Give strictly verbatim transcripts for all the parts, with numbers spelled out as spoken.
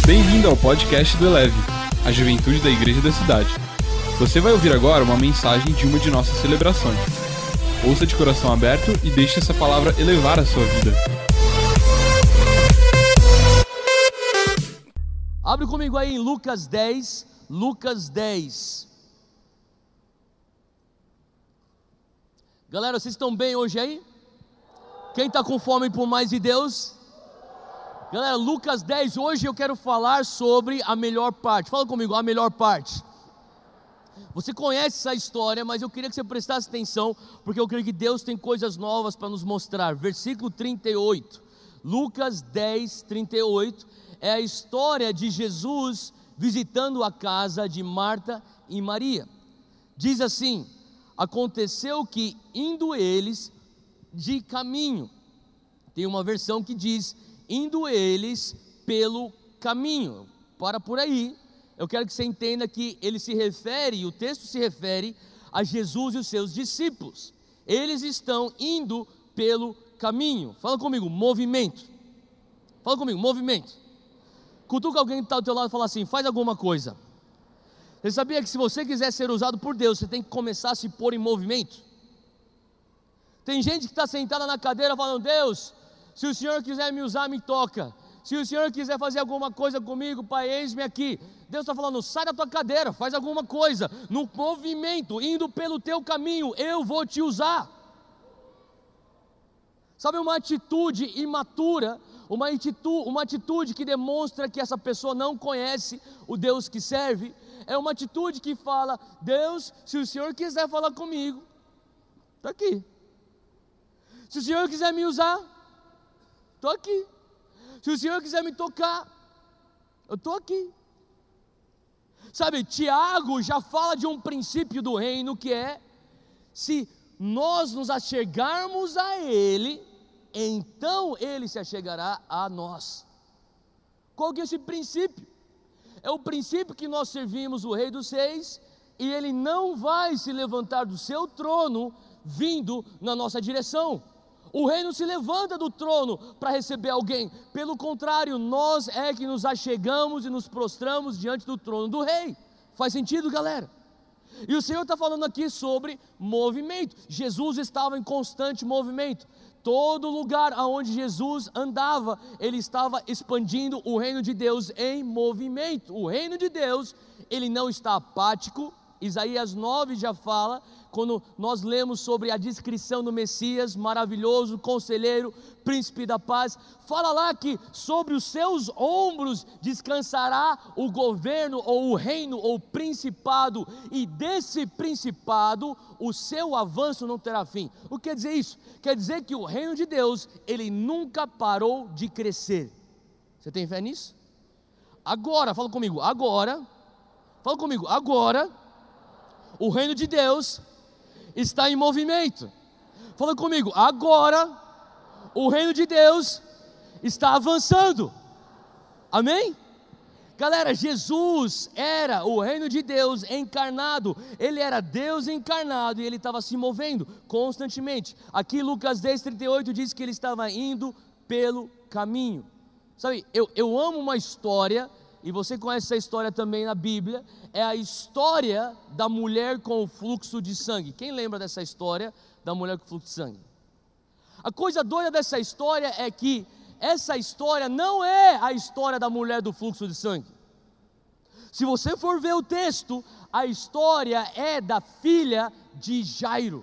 Bem-vindo ao podcast do Eleve, a juventude da igreja da cidade. Você vai ouvir agora uma mensagem de uma de nossas celebrações. Ouça de coração aberto e deixe essa palavra elevar a sua vida. Abre comigo aí em Lucas dez, Lucas dez. Galera, vocês estão bem hoje aí? Quem está com fome por mais de Deus? Galera, Lucas dez, hoje eu quero falar sobre a melhor parte. Fala comigo, a melhor parte. Você conhece essa história, mas eu queria que você prestasse atenção, porque eu creio que Deus tem coisas novas para nos mostrar. Versículo trinta e oito, Lucas dez, trinta e oito, é a história de Jesus visitando a casa de Marta e Maria. Diz assim: aconteceu que indo eles de caminho, tem uma versão que diz indo eles pelo caminho. Para por aí, eu quero que você entenda que ele se refere, o texto se refere a Jesus e os seus discípulos. Eles estão indo pelo caminho. Fala comigo, movimento. Fala comigo, movimento. Cutuca alguém que está ao teu lado e fala assim: faz alguma coisa. Você sabia que se você quiser ser usado por Deus, você tem que começar a se pôr em movimento? Tem gente que está sentada na cadeira falando: Deus, se o Senhor quiser me usar, me toca. Se o Senhor quiser fazer alguma coisa comigo, Pai, eis-me aqui. Deus está falando: sai da tua cadeira, faz alguma coisa, no movimento, indo pelo teu caminho, eu vou te usar. Sabe, uma atitude imatura, uma atitude, uma atitude que demonstra que essa pessoa não conhece o Deus que serve, é uma atitude que fala: Deus, se o Senhor quiser falar comigo, está aqui. Se o Senhor quiser me usar, estou aqui. Se o Senhor quiser me tocar, eu estou aqui. Sabe, Tiago já fala de um princípio do reino que é: se nós nos achegarmos a Ele, então Ele se achegará a nós. Qual que é esse princípio? É o princípio que nós servimos o Rei dos Reis, e Ele não vai se levantar do seu trono vindo na nossa direção. O rei não se levanta do trono para receber alguém. Pelo contrário, nós é que nos achegamos e nos prostramos diante do trono do rei. Faz sentido, galera? E o Senhor está falando aqui sobre movimento. Jesus estava em constante movimento. Todo lugar aonde Jesus andava, Ele estava expandindo o reino de Deus em movimento. O reino de Deus, Ele não está apático. Isaías nove já fala, quando nós lemos sobre a descrição do Messias, maravilhoso, conselheiro, príncipe da paz, fala lá que sobre os seus ombros descansará o governo, ou o reino, ou o principado, e desse principado o seu avanço não terá fim. O que quer dizer isso? Quer dizer que o reino de Deus, ele nunca parou de crescer. Você tem fé nisso? Agora, fala comigo, agora, fala comigo, agora, o reino de Deus está em movimento. Fala comigo, agora o reino de Deus está avançando. Amém? Galera, Jesus era o reino de Deus encarnado. Ele era Deus encarnado e Ele estava se movendo constantemente. Aqui Lucas dez, trinta e oito diz que Ele estava indo pelo caminho. Sabe, eu, eu amo uma história, e você conhece essa história também na Bíblia. É a história da mulher com o fluxo de sangue. Quem lembra dessa história da mulher com o fluxo de sangue? A coisa doida dessa história é que essa história não é a história da mulher do fluxo de sangue. Se você for ver o texto, a história é da filha de Jairo.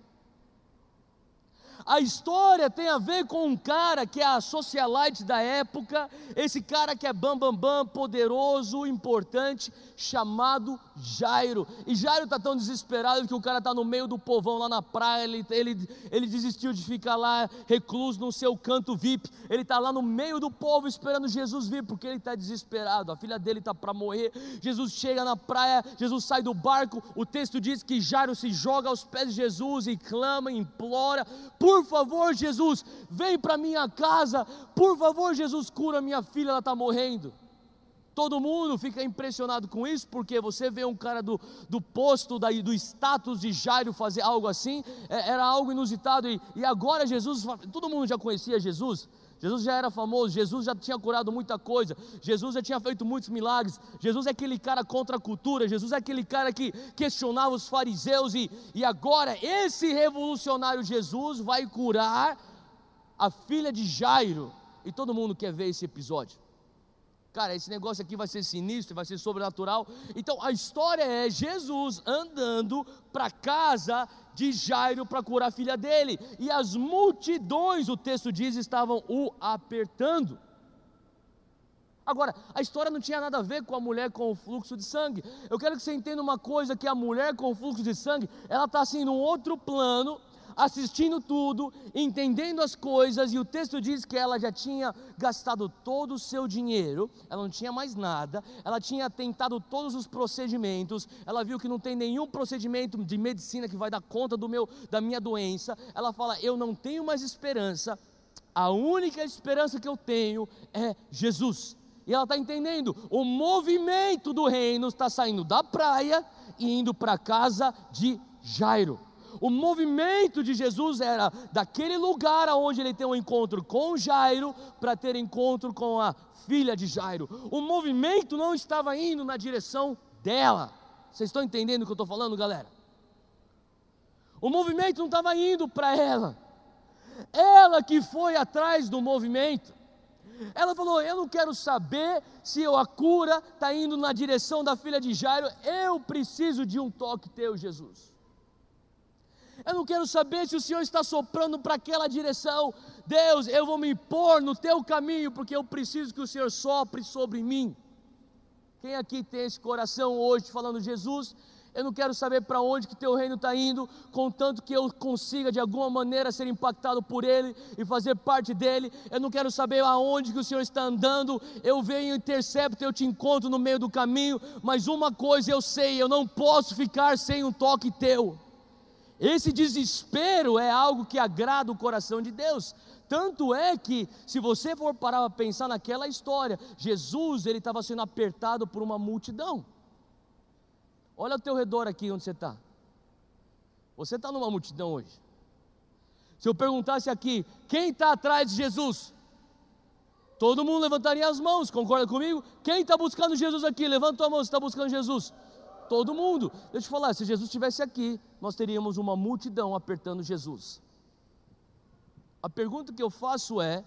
A história tem a ver com um cara que é a socialite da época, esse cara que é bam, bam, bam, poderoso, importante, chamado Jairo. E Jairo está tão desesperado que o cara está no meio do povão lá na praia, ele, ele, ele desistiu de ficar lá recluso no seu canto V I P, ele está lá no meio do povo esperando Jesus vir, porque ele está desesperado, a filha dele está para morrer. Jesus chega na praia, Jesus sai do barco, o texto diz que Jairo se joga aos pés de Jesus e clama, implora: por favor, Jesus, vem para minha casa, por favor, Jesus, cura minha filha, ela está morrendo. Todo mundo fica impressionado com isso, porque você vê um cara do, do posto, daí, do status de Jairo fazer algo assim, é, era algo inusitado, e, e agora Jesus, todo mundo já conhecia Jesus, Jesus já era famoso, Jesus já tinha curado muita coisa, Jesus já tinha feito muitos milagres, Jesus é aquele cara contra a cultura, Jesus é aquele cara que questionava os fariseus, e, e agora esse revolucionário Jesus vai curar a filha de Jairo, e todo mundo quer ver esse episódio. Cara, esse negócio aqui vai ser sinistro, vai ser sobrenatural. Então a história é Jesus andando para casa de Jairo para curar a filha dele, e as multidões, o texto diz, estavam o apertando. Agora, a história não tinha nada a ver com a mulher com o fluxo de sangue. Eu quero que você entenda uma coisa, que a mulher com o fluxo de sangue, ela está assim num outro plano, assistindo tudo, entendendo as coisas, e o texto diz que ela já tinha gastado todo o seu dinheiro, ela não tinha mais nada, ela tinha tentado todos os procedimentos, ela viu que não tem nenhum procedimento de medicina que vai dar conta do meu, da minha doença. Ela fala: eu não tenho mais esperança, a única esperança que eu tenho é Jesus. E ela está entendendo, o movimento do reino está saindo da praia e indo para a casa de Jairo. O movimento de Jesus era daquele lugar onde ele tem um encontro com Jairo, para ter encontro com a filha de Jairo. O movimento não estava indo na direção dela. Vocês estão entendendo o que eu estou falando, galera? O movimento não estava indo para ela, ela que foi atrás do movimento. Ela falou: eu não quero saber se a cura está indo na direção da filha de Jairo, eu preciso de um toque teu, Jesus. Eu não quero saber se o Senhor está soprando para aquela direção. Deus, eu vou me pôr no teu caminho, porque eu preciso que o Senhor sopre sobre mim. Quem aqui tem esse coração hoje falando: Jesus, eu não quero saber para onde que teu reino está indo, contanto que eu consiga de alguma maneira ser impactado por ele e fazer parte dele. Eu não quero saber aonde que o Senhor está andando, eu venho, intercepto, eu te encontro no meio do caminho, mas uma coisa eu sei, eu não posso ficar sem um toque teu. Esse desespero é algo que agrada o coração de Deus. Tanto é que, se você for parar para pensar naquela história, Jesus, ele estava sendo apertado por uma multidão. Olha ao teu redor aqui onde você está. Você está numa multidão hoje. Se eu perguntasse aqui, quem está atrás de Jesus? Todo mundo levantaria as mãos, concorda comigo? Quem está buscando Jesus aqui? Levanta a mão se está buscando Jesus. Todo mundo. Deixa eu te falar, se Jesus estivesse aqui, nós teríamos uma multidão apertando Jesus. A pergunta que eu faço é,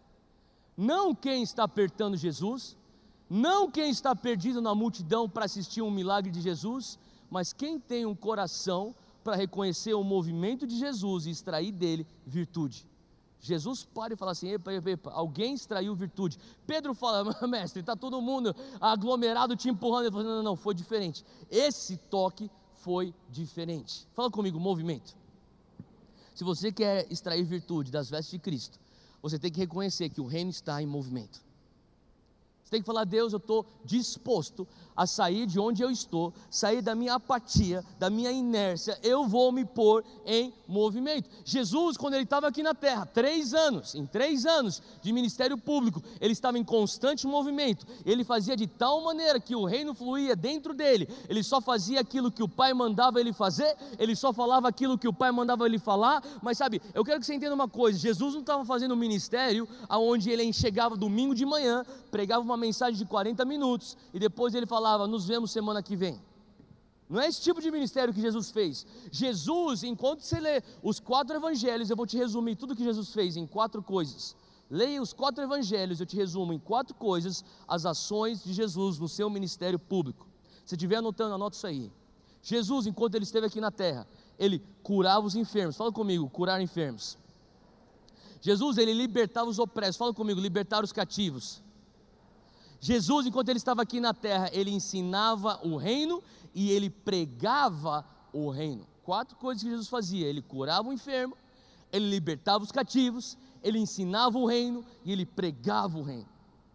não quem está apertando Jesus, não quem está perdido na multidão para assistir um milagre de Jesus, mas quem tem um coração para reconhecer o movimento de Jesus e extrair dele virtude. Jesus para e fala assim: epa, epa, epa, alguém extraiu virtude. Pedro fala: mestre, está todo mundo aglomerado te empurrando. Ele fala: não, não, não, foi diferente. Esse toque foi diferente. Fala comigo, movimento. Se você quer extrair virtude das vestes de Cristo, você tem que reconhecer que o reino está em movimento. Você tem que falar: Deus, eu estou disposto a sair de onde eu estou, sair da minha apatia, da minha inércia, eu vou me pôr em movimento. Jesus, quando ele estava aqui na terra, três anos, em três anos de ministério público, ele estava em constante movimento, ele fazia de tal maneira que o reino fluía dentro dele, ele só fazia aquilo que o Pai mandava ele fazer, ele só falava aquilo que o Pai mandava ele falar. Mas sabe, eu quero que você entenda uma coisa, Jesus não estava fazendo um ministério onde ele chegava domingo de manhã, pregava uma mensagem de quarenta minutos, e depois ele falava: nos vemos semana que vem. Não é esse tipo de ministério que Jesus fez. Jesus, enquanto você lê os quatro evangelhos, eu vou te resumir tudo que Jesus fez em quatro coisas. Leia os quatro evangelhos, eu te resumo em quatro coisas as ações de Jesus no seu ministério público. Se estiver anotando, anota isso aí. Jesus, enquanto ele esteve aqui na terra, ele curava os enfermos. Fala comigo, curar enfermos. Jesus, ele libertava os opressos. Fala comigo, libertar os cativos. Jesus, enquanto ele estava aqui na terra, ele ensinava o reino e ele pregava o reino. Quatro coisas que Jesus fazia: ele curava o enfermo, ele libertava os cativos, ele ensinava o reino e ele pregava o reino.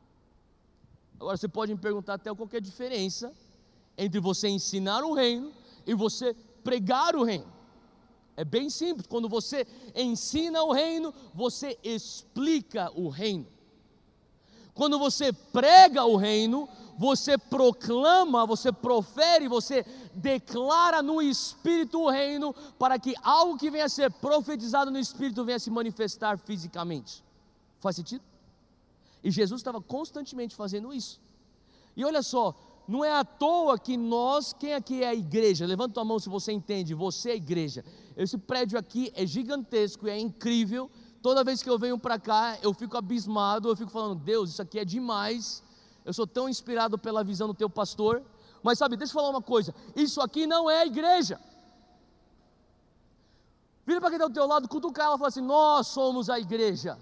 Agora você pode me perguntar até qual que é a diferença entre você ensinar o reino e você pregar o reino. É bem simples, quando você ensina o reino, você explica o reino. Quando você prega o reino, você proclama, você profere, você declara no Espírito o reino, para que algo que venha a ser profetizado no Espírito venha a se manifestar fisicamente. Faz sentido? E Jesus estava constantemente fazendo isso. E olha só, não é à toa que nós, quem aqui é a igreja? Levanta a mão se você entende, você é a igreja. Esse prédio aqui é gigantesco, é incrível. Toda vez que eu venho para cá, eu fico abismado, eu fico falando, Deus, isso aqui é demais. Eu sou tão inspirado pela visão do teu pastor. Mas sabe, deixa eu falar uma coisa, isso aqui não é a igreja. Vira para quem está do teu lado, cutuca ela e fala assim, nós somos a igreja.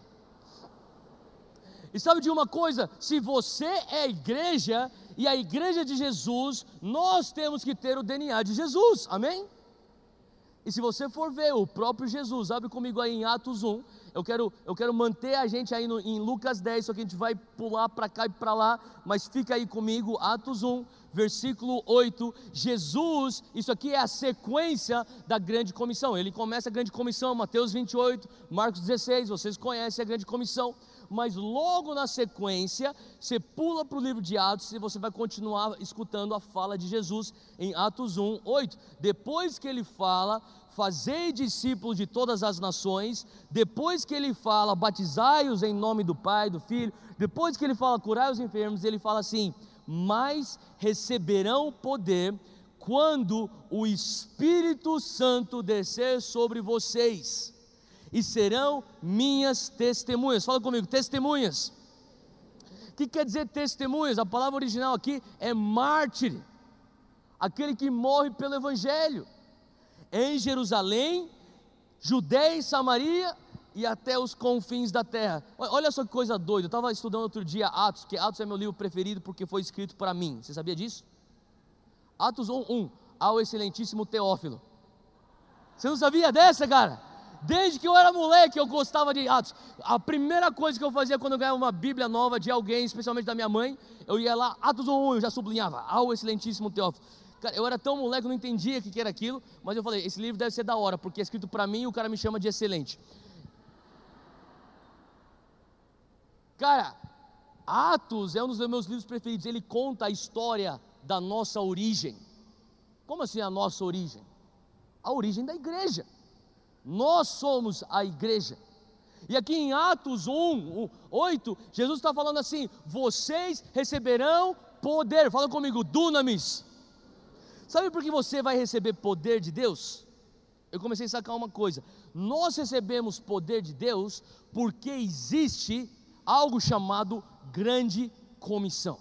E sabe de uma coisa, se você é a igreja, e a igreja de Jesus, nós temos que ter o D N A de Jesus, amém? E se você for ver o próprio Jesus, abre comigo aí em Atos um, eu quero, eu quero manter a gente aí no, em Lucas dez, só que a gente vai pular para cá e para lá, mas fica aí comigo, Atos um, versículo oito, Jesus, isso aqui é a sequência da grande comissão, ele começa a grande comissão, Mateus vinte e oito, Marcos dezesseis, vocês conhecem a grande comissão, mas logo na sequência, você pula para o livro de Atos e você vai continuar escutando a fala de Jesus em Atos um, oito, depois que ele fala, fazei discípulos de todas as nações, depois que ele fala, batizai-os em nome do Pai, do Filho, depois que ele fala, curai os enfermos, ele fala assim, mas receberão poder quando o Espírito Santo descer sobre vocês, e serão minhas testemunhas. Fala comigo, testemunhas. O que quer dizer testemunhas? A palavra original aqui é mártir, aquele que morre pelo Evangelho, em Jerusalém, Judeia e Samaria e até os confins da terra. Olha só que coisa doida, eu estava estudando outro dia Atos, que Atos é meu livro preferido porque foi escrito para mim, você sabia disso? Atos um, um, ao excelentíssimo Teófilo. Você não sabia dessa, cara? Desde que eu era moleque eu gostava de Atos. A primeira coisa que eu fazia quando eu ganhava uma Bíblia nova de alguém, especialmente da minha mãe, eu ia lá, Atos um, um, eu já sublinhava, ao excelentíssimo Teófilo. Cara, eu era tão moleque, eu não entendia o que era aquilo, mas eu falei, esse livro deve ser da hora, porque é escrito para mim e o cara me chama de excelente. Cara, Atos é um dos meus livros preferidos, ele conta a história da nossa origem. Como assim a nossa origem? A origem da igreja. Nós somos a igreja. E aqui em Atos um, oito, Jesus está falando assim, vocês receberão poder. Fala comigo, dunamis. Sabe por que você vai receber poder de Deus? Eu comecei a sacar uma coisa, nós recebemos poder de Deus porque existe algo chamado grande comissão.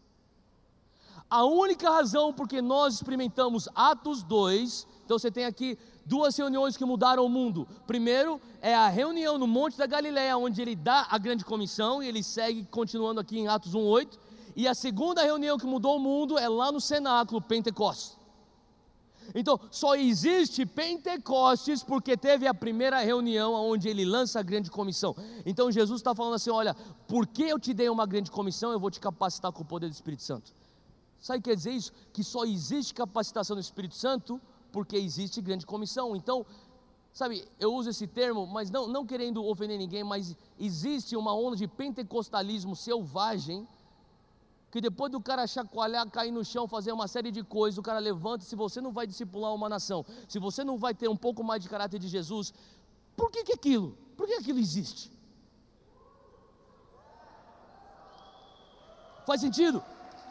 A única razão porque nós experimentamos Atos dois, então você tem aqui duas reuniões que mudaram o mundo. Primeiro é a reunião no Monte da Galileia, onde ele dá a grande comissão, e ele segue continuando aqui em Atos um, oito. E a segunda reunião que mudou o mundo é lá no cenáculo, Pentecostes. Então, só existe Pentecostes porque teve a primeira reunião onde ele lança a grande comissão. Então Jesus está falando assim, olha, porque eu te dei uma grande comissão, eu vou te capacitar com o poder do Espírito Santo. Sabe o que quer dizer isso? Que só existe capacitação do Espírito Santo porque existe grande comissão. Então, sabe, eu uso esse termo, mas não, não querendo ofender ninguém, mas existe uma onda de pentecostalismo selvagem, que depois do cara chacoalhar, cair no chão, fazer uma série de coisas, o cara levanta, se você não vai discipular uma nação, se você não vai ter um pouco mais de caráter de Jesus, por que que aquilo? Por que aquilo existe? Faz sentido?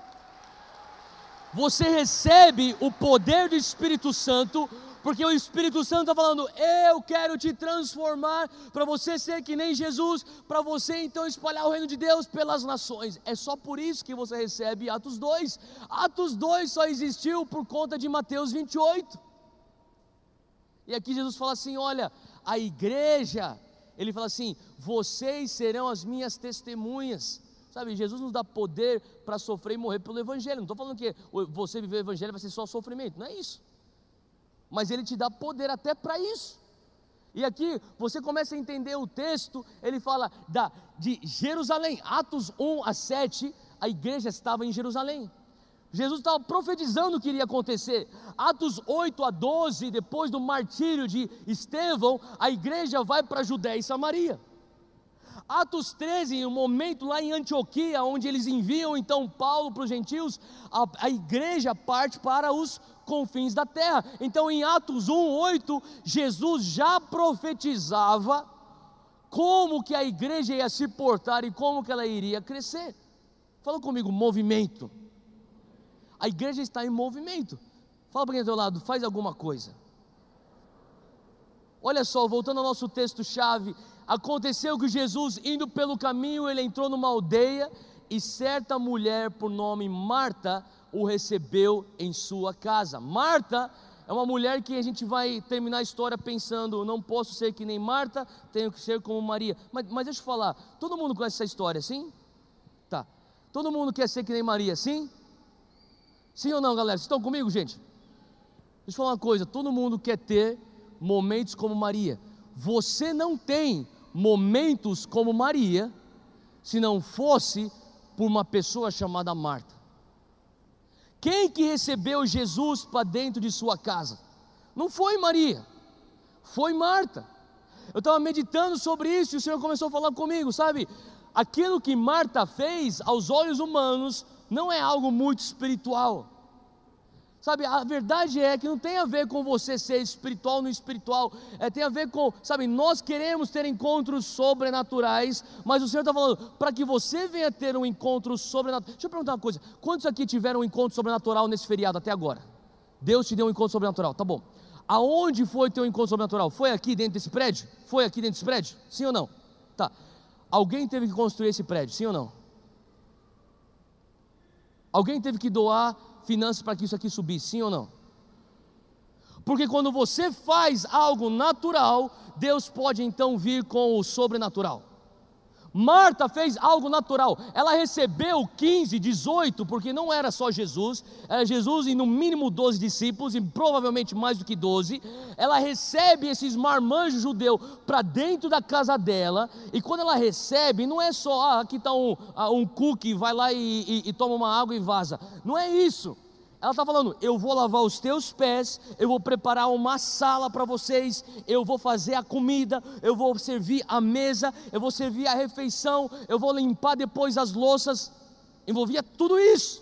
Você recebe o poder do Espírito Santo, porque o Espírito Santo está falando, eu quero te transformar, para você ser que nem Jesus, para você então espalhar o reino de Deus pelas nações. É só por isso que você recebe Atos dois, Atos dois só existiu por conta de Mateus vinte e oito, e aqui Jesus fala assim, olha, a igreja, ele fala assim, vocês serão as minhas testemunhas. Sabe, Jesus nos dá poder para sofrer e morrer pelo Evangelho. Não estou falando que você viver o Evangelho vai ser só sofrimento, não é isso. Mas Ele te dá poder até para isso. E aqui você começa a entender o texto, ele fala da, de Jerusalém, Atos um a sete, a igreja estava em Jerusalém. Jesus estava profetizando o que iria acontecer. Atos oito a doze, depois do martírio de Estevão, a igreja vai para Judéia e Samaria. Atos treze, um momento lá em Antioquia, onde eles enviam então Paulo para os gentios, a, a igreja parte para os confins da terra. Então em Atos um, oito, Jesus já profetizava como que a igreja ia se portar e como que ela iria crescer. Fala comigo, movimento. A igreja está em movimento. Fala para quem está do teu lado, faz alguma coisa. Olha só, voltando ao nosso texto-chave, aconteceu que Jesus, indo pelo caminho, ele entrou numa aldeia, e certa mulher por nome Marta o recebeu em sua casa. Marta é uma mulher que a gente vai terminar a história pensando, não posso ser que nem Marta, tenho que ser como Maria. Mas, mas deixa eu falar, todo mundo conhece essa história, sim? Tá. Todo mundo quer ser que nem Maria, sim? Sim ou não, galera? Vocês estão comigo, gente? Deixa eu falar uma coisa, todo mundo quer ter momentos como Maria. Você não tem momentos como Maria, se não fosse por uma pessoa chamada Marta. Quem que recebeu Jesus para dentro de sua casa? Não foi Maria, foi Marta. Eu estava meditando sobre isso e o Senhor começou a falar comigo, sabe? Aquilo que Marta fez aos olhos humanos não é algo muito espiritual. Sabe, a verdade é que não tem a ver com você ser espiritual ou não espiritual, é, tem a ver com, sabe, nós queremos ter encontros sobrenaturais, mas o Senhor está falando, para que você venha ter um encontro sobrenatural. Deixa eu perguntar uma coisa, quantos aqui tiveram um encontro sobrenatural nesse feriado até agora? Deus te deu um encontro sobrenatural, tá bom. Aonde foi teu encontro sobrenatural? Foi aqui dentro desse prédio? Foi aqui dentro desse prédio? Sim ou não? Tá. Alguém teve que construir esse prédio, sim ou não? Alguém teve que doar finanças para que isso aqui subisse, sim ou não? Porque quando você faz algo natural, Deus pode então vir com o sobrenatural. Marta fez algo natural, ela recebeu quinze, dezoito, porque não era só Jesus, era Jesus e no mínimo doze discípulos, e provavelmente mais do que doze, ela recebe esses marmanjos judeus para dentro da casa dela, e quando ela recebe, não é só, ah, aqui está um, um cookie, vai lá e, e, e toma uma água e vaza, não é isso. Ela está falando, eu vou lavar os teus pés, eu vou preparar uma sala para vocês, eu vou fazer a comida, eu vou servir a mesa, eu vou servir a refeição, eu vou limpar depois as louças, envolvia tudo isso.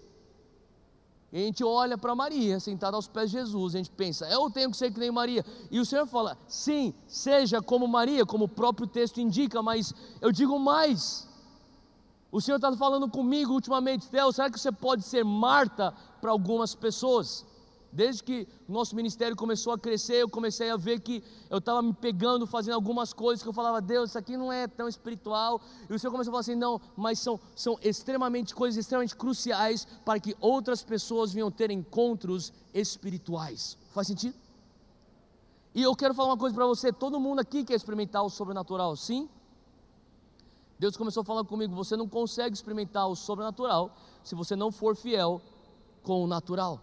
E a gente olha para Maria, sentada aos pés de Jesus, a gente pensa, eu tenho que ser que nem Maria, e o Senhor fala, sim, seja como Maria, como o próprio texto indica, mas eu digo mais. O Senhor está falando comigo ultimamente, Theo, será que você pode ser Marta para algumas pessoas? Desde que o nosso ministério começou a crescer, eu comecei a ver que eu estava me pegando, fazendo algumas coisas que eu falava, Deus, isso aqui não é tão espiritual, e o Senhor começou a falar assim, não, mas são, são extremamente, coisas extremamente cruciais, para que outras pessoas venham ter encontros espirituais. Faz sentido? E eu quero falar uma coisa para você, todo mundo aqui quer experimentar o sobrenatural, sim? Deus começou falando comigo, você não consegue experimentar o sobrenatural se você não for fiel com o natural.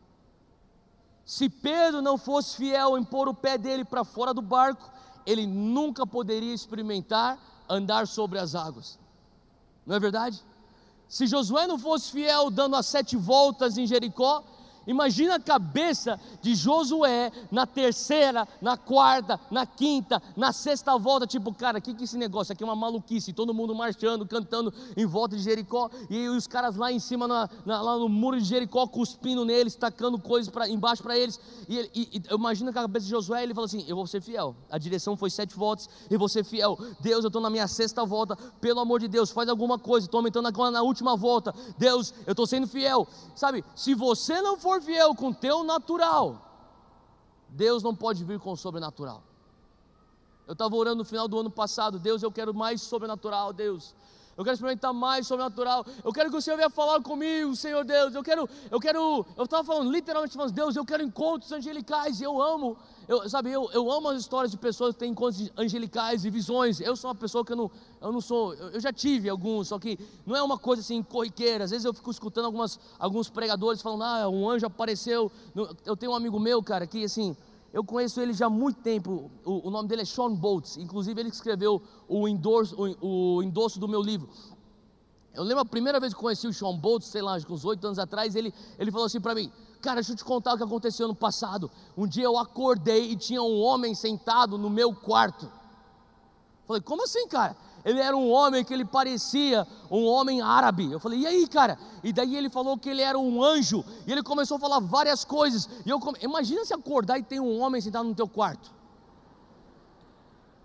Se Pedro não fosse fiel em pôr o pé dele para fora do barco, ele nunca poderia experimentar andar sobre as águas. Não é verdade? Se Josué não fosse fiel dando as sete voltas em Jericó, imagina a cabeça de Josué na terceira, na quarta, na quinta, na sexta volta, tipo, cara, o que que é esse negócio? Aqui é uma maluquice, todo mundo marchando, cantando em volta de Jericó, e os caras lá em cima, na, na, lá no muro de Jericó, cuspindo neles, tacando coisas pra, embaixo para eles, e, e, e imagina a cabeça de Josué, ele falou assim, eu vou ser fiel, a direção foi sete voltas, eu vou ser fiel, Deus, eu estou na minha sexta volta, pelo amor de Deus, faz alguma coisa, estou aumentando agora na última volta, Deus, eu estou sendo fiel, sabe, se você não for fiel com o teu natural, Deus não pode vir com o sobrenatural. Eu estava orando no final do ano passado, Deus, eu quero mais sobrenatural, Deus, eu quero experimentar mais sobrenatural, eu quero que o Senhor venha falar comigo, Senhor Deus, eu quero, eu quero, eu estava falando, literalmente falando, Deus, eu quero encontros angelicais, eu amo, eu, sabe, eu, eu amo as histórias de pessoas que têm encontros angelicais e visões, eu sou uma pessoa que eu não, eu não sou, eu, eu já tive alguns, só que não é uma coisa assim corriqueira, às vezes eu fico escutando algumas, alguns pregadores falando, ah, um anjo apareceu, eu tenho um amigo meu, cara, que assim, eu conheço ele já há muito tempo, o, o nome dele é Sean Boltz, inclusive ele escreveu o endosso, o, o endosso do meu livro. Eu lembro a primeira vez que conheci o Sean Boltz, sei lá, acho que uns oito anos atrás, ele, ele falou assim para mim, cara, deixa eu te contar o que aconteceu no passado, um dia eu acordei e tinha um homem sentado no meu quarto. Falei, como assim, cara? Ele era um homem que ele parecia um homem árabe. Eu falei, e aí, cara? E daí ele falou que ele era um anjo, e ele começou a falar várias coisas, e eu come... imagina se acordar e tem um homem sentado no teu quarto.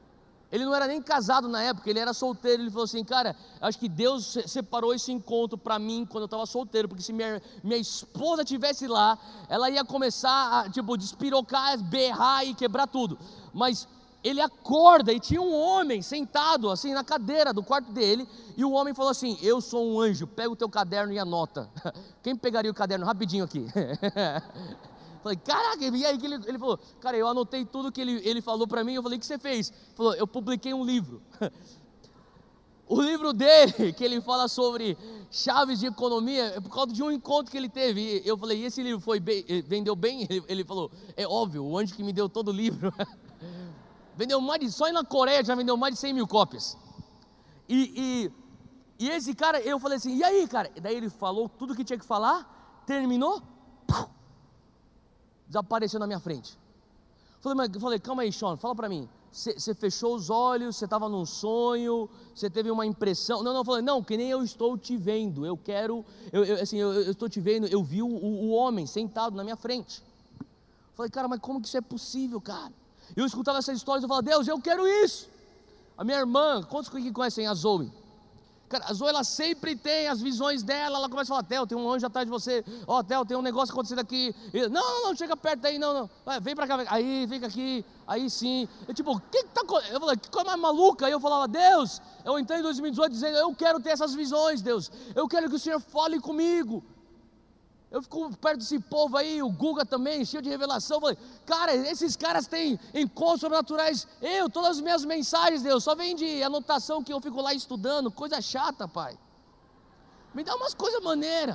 Ele não era nem casado na época, ele era solteiro. Ele falou assim: cara, acho que Deus separou esse encontro para mim quando eu estava solteiro, porque se minha, minha esposa estivesse lá, ela ia começar a tipo, despirocar, berrar e quebrar tudo. Mas ele acorda e tinha um homem sentado assim na cadeira do quarto dele, e o homem falou assim: eu sou um anjo, pega o teu caderno e anota. Quem pegaria o caderno rapidinho aqui? Falei, caraca, e aí que ele, ele falou: cara, eu anotei tudo que ele, ele falou para mim. Eu falei: o que você fez? Ele falou: eu publiquei um livro. O livro dele, que ele fala sobre chaves de economia, é por causa de um encontro que ele teve. Eu falei: e esse livro foi bem, vendeu bem? Ele, ele falou: é óbvio, o anjo que me deu todo o livro. Vendeu mais de, só na Coreia já vendeu mais de cem mil cópias. E, e, e esse cara, eu falei assim: e aí, cara? Daí ele falou tudo que tinha que falar, terminou, desapareceu na minha frente. Falei, mas, falei calma aí, Sean, fala para mim. Você fechou os olhos, você estava num sonho, você teve uma impressão? Não, não, eu falei, não, que nem eu estou te vendo. Eu quero, eu, eu, assim, eu, eu estou te vendo. Eu vi o, o homem sentado na minha frente. Falei, cara, mas como que isso é possível, cara? Eu escutava essas histórias, eu falava: Deus, eu quero isso. A minha irmã, quantos que conhecem a Zoe? Cara, a Zoe, ela sempre tem as visões dela. Ela começa a falar: Theo, tem um anjo atrás de você. Ó, oh, Theo, tem um negócio acontecendo aqui. E, não, não, não, chega perto daí, não, não. Vai, vem pra cá, vem. Aí, fica aqui, aí sim. Eu tipo, o que que tá acontecendo? Eu falei: que coisa mais maluca. Aí eu falava: Deus, eu entrei em dois mil e dezoito dizendo: eu quero ter essas visões, Deus. Eu quero que o Senhor fale comigo. Eu fico perto desse povo aí, o Guga também, cheio de revelação. Eu falei: cara, esses caras têm encontros sobrenaturais. Eu, todas as minhas mensagens, Deus, só vem de anotação que eu fico lá estudando. Coisa chata, pai. Me dá umas coisas maneiras.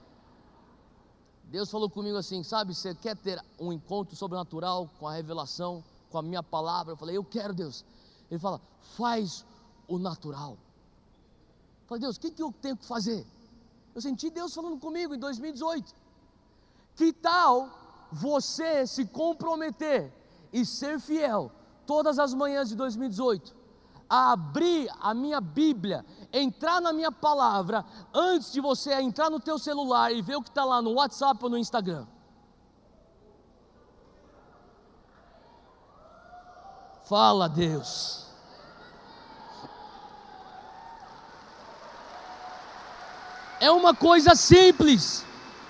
Deus falou comigo assim: sabe, você quer ter um encontro sobrenatural com a revelação, com a minha palavra? Eu falei: eu quero, Deus. Ele fala: faz o natural. Eu falei: Deus, o que, que eu tenho que fazer? Eu senti Deus falando comigo em dois mil e dezoito. Que tal você se comprometer e ser fiel todas as manhãs de dois mil e dezoito, a abrir a minha Bíblia, entrar na minha palavra, antes de você entrar no teu celular e ver o que está lá no WhatsApp ou no Instagram? Fala, Deus. É uma coisa simples.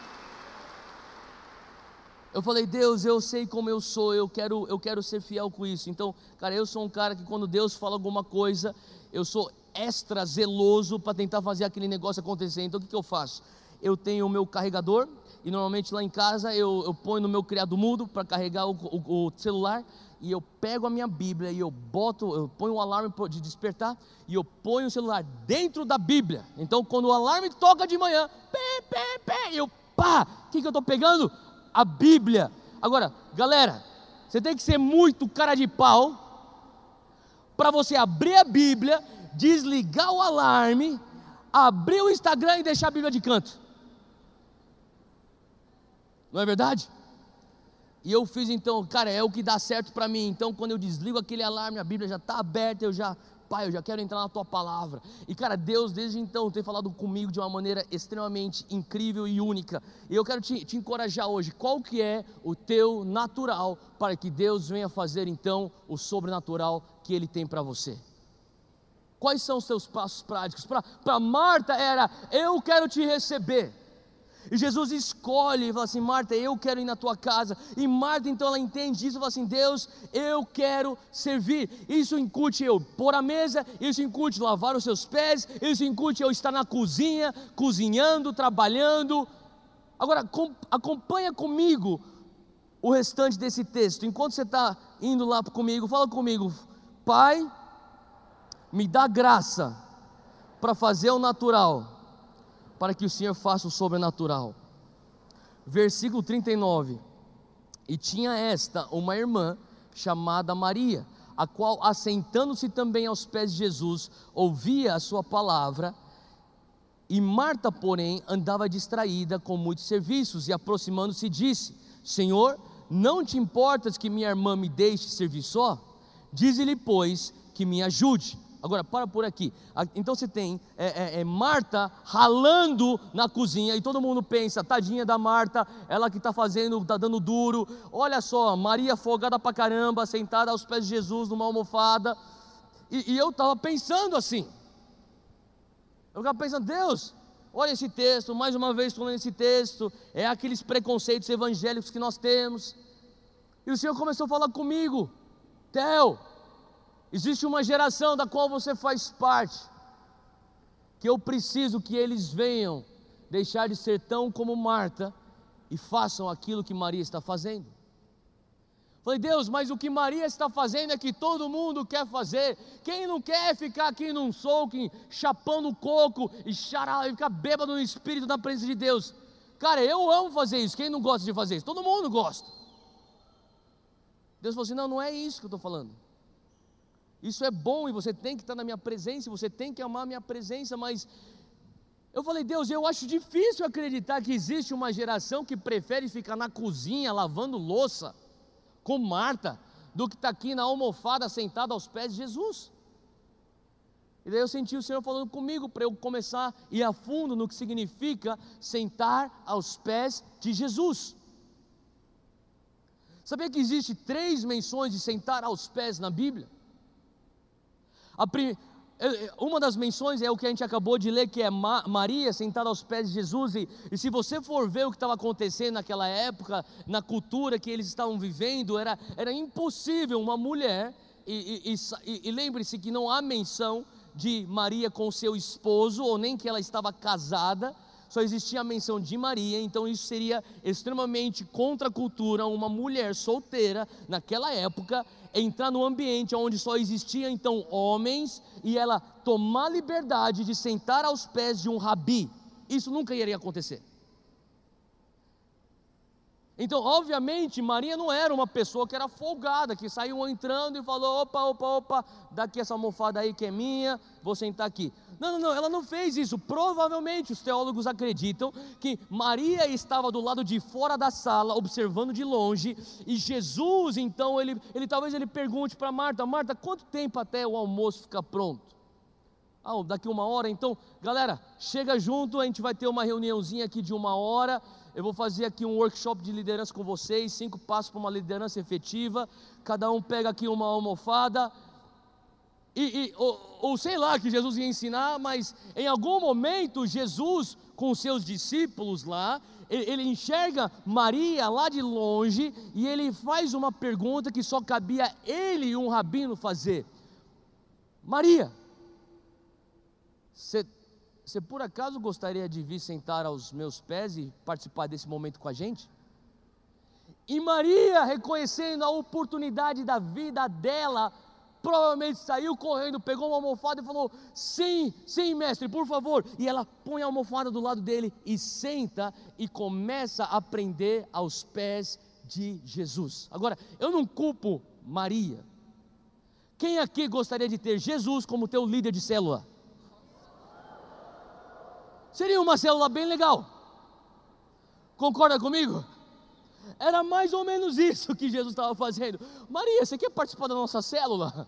Eu falei: Deus, eu sei como eu sou, eu quero, eu quero ser fiel com isso. Então, cara, eu sou um cara que quando Deus fala alguma coisa, eu sou extra zeloso para tentar fazer aquele negócio acontecer. Então o que, que eu faço? Eu tenho o meu carregador, e normalmente lá em casa eu, eu ponho no meu criado mudo para carregar o, o, o celular. E eu pego a minha Bíblia e eu boto, eu ponho um alarme de despertar, e eu ponho o celular dentro da Bíblia. Então quando o alarme toca de manhã, pé, pé, pé, eu pá, o que, que eu estou pegando? A Bíblia. Agora, galera, você tem que ser muito cara de pau para você abrir a Bíblia, desligar o alarme, abrir o Instagram e deixar a Bíblia de canto. Não é verdade? E eu fiz então, cara, é o que dá certo para mim. Então quando eu desligo aquele alarme, a Bíblia já está aberta, eu já, pai, eu já quero entrar na tua palavra. E cara, Deus desde então tem falado comigo de uma maneira extremamente incrível e única. E eu quero te, te encorajar hoje. Qual que é o teu natural para que Deus venha fazer então o sobrenatural que Ele tem para você? Quais são os seus passos práticos? Para Marta era: eu quero te receber. E Jesus escolhe e fala assim: Marta, eu quero ir na tua casa. E Marta então ela entende isso e fala assim: Deus, eu quero servir. Isso incute eu pôr a mesa, isso incute lavar os seus pés, isso incute eu estar na cozinha, cozinhando, trabalhando. Agora acompanha comigo o restante desse texto. Enquanto você está indo lá comigo, fala comigo: Pai, me dá graça para fazer o natural, para que o Senhor faça o sobrenatural. Versículo trinta e nove. E tinha esta uma irmã chamada Maria, a qual, assentando-se também aos pés de Jesus, ouvia a sua palavra. E Marta, porém, andava distraída com muitos serviços, e aproximando-se disse: Senhor, não te importas que minha irmã me deixe servir só? Dize-lhe, pois, que me ajude. Agora, para por aqui. Então você tem é, é, é Marta ralando na cozinha, e todo mundo pensa: tadinha da Marta, ela que está fazendo, está dando duro. Olha só, Maria folgada pra caramba, sentada aos pés de Jesus numa almofada. E, e eu estava pensando assim, eu ficava pensando, Deus, olha esse texto, mais uma vez estou lendo esse texto, é aqueles preconceitos evangélicos que nós temos. E o Senhor começou a falar comigo, Theo, existe uma geração da qual você faz parte, que eu preciso que eles venham deixar de ser tão como Marta e façam aquilo que Maria está fazendo. Falei, Deus, mas o que Maria está fazendo é que todo mundo quer fazer. Quem não quer ficar aqui num soaking, chapando coco e xará, e ficar bêbado no espírito na presença de Deus? Cara, eu amo fazer isso. Quem não gosta de fazer isso? Todo mundo gosta. Deus falou assim, não, não é isso que eu estou falando. Isso é bom e você tem que estar na minha presença, você tem que amar a minha presença, mas eu falei, Deus, eu acho difícil acreditar que existe uma geração que prefere ficar na cozinha lavando louça com Marta, do que estar aqui na almofada sentado aos pés de Jesus. E daí eu senti o Senhor falando comigo para eu começar a ir a fundo no que significa sentar aos pés de Jesus. Sabia que existe três menções de sentar aos pés na Bíblia? A prim... Uma das menções é o que a gente acabou de ler, que é Ma... Maria sentada aos pés de Jesus, e, e se você for ver o que estava acontecendo naquela época, na cultura que eles estavam vivendo, era, era impossível uma mulher, e, e, e, e lembre-se que não há menção de Maria com seu esposo, ou nem que ela estava casada, só existia a menção de Maria, então isso seria extremamente contra a cultura, uma mulher solteira, naquela época, entrar num ambiente onde só existia então homens, e ela tomar liberdade de sentar aos pés de um rabi. Isso nunca iria acontecer. Então, obviamente, Maria não era uma pessoa que era folgada, que saiu entrando e falou, opa, opa, opa, dá aqui essa almofada aí que é minha, vou sentar aqui. Não, não, não, ela não fez isso. Provavelmente os teólogos acreditam que Maria estava do lado de fora da sala, observando de longe, e Jesus, então, ele, ele talvez ele pergunte para Marta, Marta, quanto tempo até o almoço ficar pronto? Ah, daqui uma hora, então, galera, chega junto, a gente vai ter uma reuniãozinha aqui de uma hora, eu vou fazer aqui um workshop de liderança com vocês, cinco passos para uma liderança efetiva, cada um pega aqui uma almofada, e, e ou, ou sei lá que Jesus ia ensinar, mas em algum momento Jesus com os seus discípulos lá, ele, ele enxerga Maria lá de longe, e ele faz uma pergunta que só cabia ele e um rabino fazer, Maria, você Você por acaso gostaria de vir sentar aos meus pés e participar desse momento com a gente? E Maria, reconhecendo a oportunidade da vida dela, provavelmente saiu correndo, pegou uma almofada e falou, sim, sim mestre, por favor. E ela põe a almofada do lado dele e senta e começa a aprender aos pés de Jesus. Agora, eu não culpo Maria. Quem aqui gostaria de ter Jesus como teu líder de célula? Seria uma célula bem legal. Concorda comigo? Era mais ou menos isso que Jesus estava fazendo. Maria, você quer participar da nossa célula?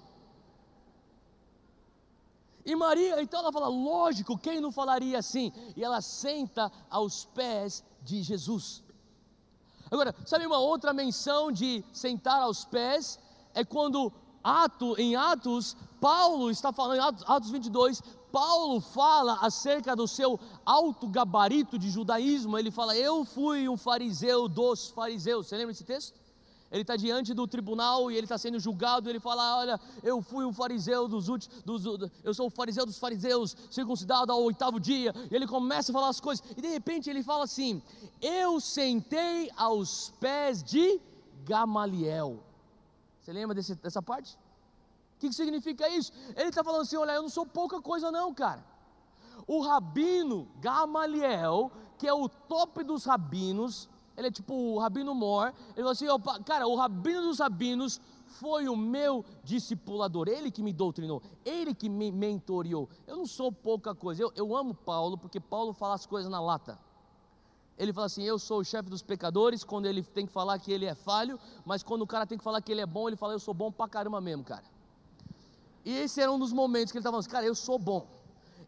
E Maria, então ela fala, lógico, quem não falaria assim? E ela senta aos pés de Jesus. Agora, sabe uma outra menção de sentar aos pés? É quando Ato, em Atos, Paulo está falando, em Atos, Atos vinte e dois, Paulo fala acerca do seu alto gabarito de judaísmo. Ele fala, eu fui um fariseu dos fariseus. Você lembra desse texto? Ele está diante do tribunal e ele está sendo julgado. Ele fala, olha, eu fui um fariseu dos últimos, dos, eu sou o fariseu dos fariseus, circuncidado ao oitavo dia. E ele começa a falar as coisas, e de repente ele fala assim, eu sentei aos pés de Gamaliel. Você lembra desse, dessa parte? O que, que significa isso? Ele está falando assim, olha, eu não sou pouca coisa não, cara. O rabino Gamaliel, que é o top dos rabinos, ele é tipo o rabino Mor, ele falou assim, opa, cara, o rabino dos rabinos foi o meu discipulador, ele que me doutrinou, ele que me mentoreou. Eu não sou pouca coisa, eu, eu amo Paulo, porque Paulo fala as coisas na lata. Ele fala assim, eu sou o chefe dos pecadores, quando ele tem que falar que ele é falho, mas quando o cara tem que falar que ele é bom, ele fala, eu sou bom pra caramba mesmo, cara. E esse era um dos momentos que ele estava falando, cara, eu sou bom.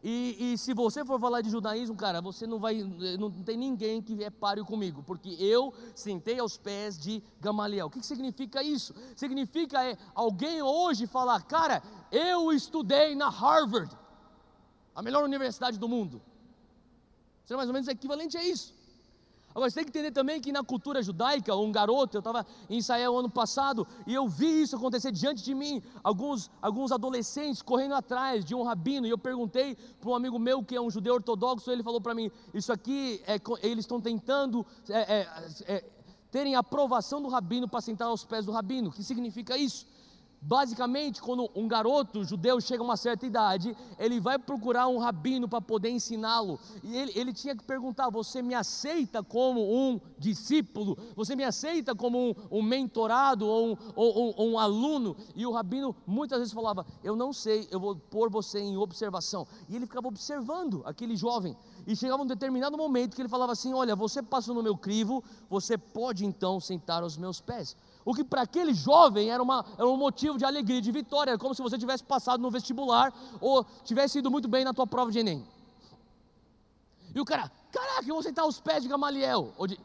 E, e se você for falar de judaísmo, cara, você não vai, não tem ninguém que é páreo comigo, porque eu sentei aos pés de Gamaliel. O que, que significa isso? Significa é alguém hoje falar, cara, eu estudei na Harvard, a melhor universidade do mundo. Seria mais ou menos equivalente a isso. Agora, você tem que entender também que na cultura judaica, um garoto, eu estava em Israel ano passado, e eu vi isso acontecer diante de mim, alguns, alguns adolescentes correndo atrás de um rabino, e eu perguntei para um amigo meu que é um judeu ortodoxo, ele falou para mim, isso aqui, é, eles estão tentando é, é, é, terem a aprovação do rabino para sentar aos pés do rabino. O que significa isso? Basicamente, quando um garoto judeu chega a uma certa idade, ele vai procurar um rabino para poder ensiná-lo, e ele, ele tinha que perguntar, você me aceita como um discípulo? Você me aceita como um, um mentorado ou um, ou, ou um aluno? E o rabino muitas vezes falava, eu não sei, eu vou pôr você em observação. E ele ficava observando aquele jovem, e chegava um determinado momento que ele falava assim, olha, você passou no meu crivo, você pode então sentar aos meus pés. O que para aquele jovem era, uma, era um motivo de alegria, de vitória, era como se você tivesse passado no vestibular, ou tivesse ido muito bem na tua prova de Enem. E o cara, caraca, eu vou sentar aos pés de Gamaliel. Ou de...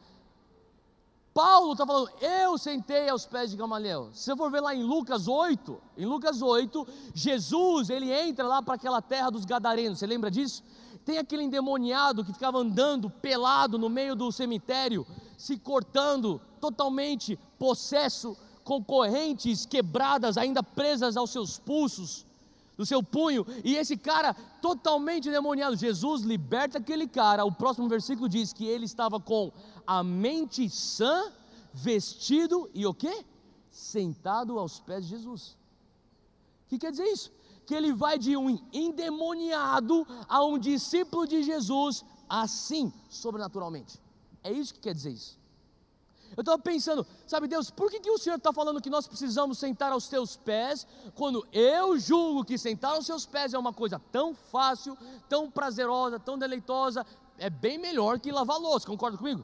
Paulo está falando, eu sentei aos pés de Gamaliel. Se você for ver lá em Lucas oito, em Lucas oito, Jesus, ele entra lá para aquela terra dos Gadarenos, você lembra disso? Tem aquele endemoniado que ficava andando pelado no meio do cemitério, se cortando, totalmente possesso, com correntes quebradas, ainda presas aos seus pulsos, do seu punho, e esse cara totalmente endemoniado. Jesus liberta aquele cara. O próximo versículo diz que ele estava com a mente sã, vestido e o quê? Sentado aos pés de Jesus. O que quer dizer isso? Que ele vai de um endemoniado a um discípulo de Jesus, assim, sobrenaturalmente. É isso que quer dizer isso. Eu estava pensando, sabe Deus, por que, que o Senhor está falando que nós precisamos sentar aos teus pés, quando eu julgo que sentar aos seus pés é uma coisa tão fácil, tão prazerosa, tão deleitosa, é bem melhor que lavar louça, concorda comigo?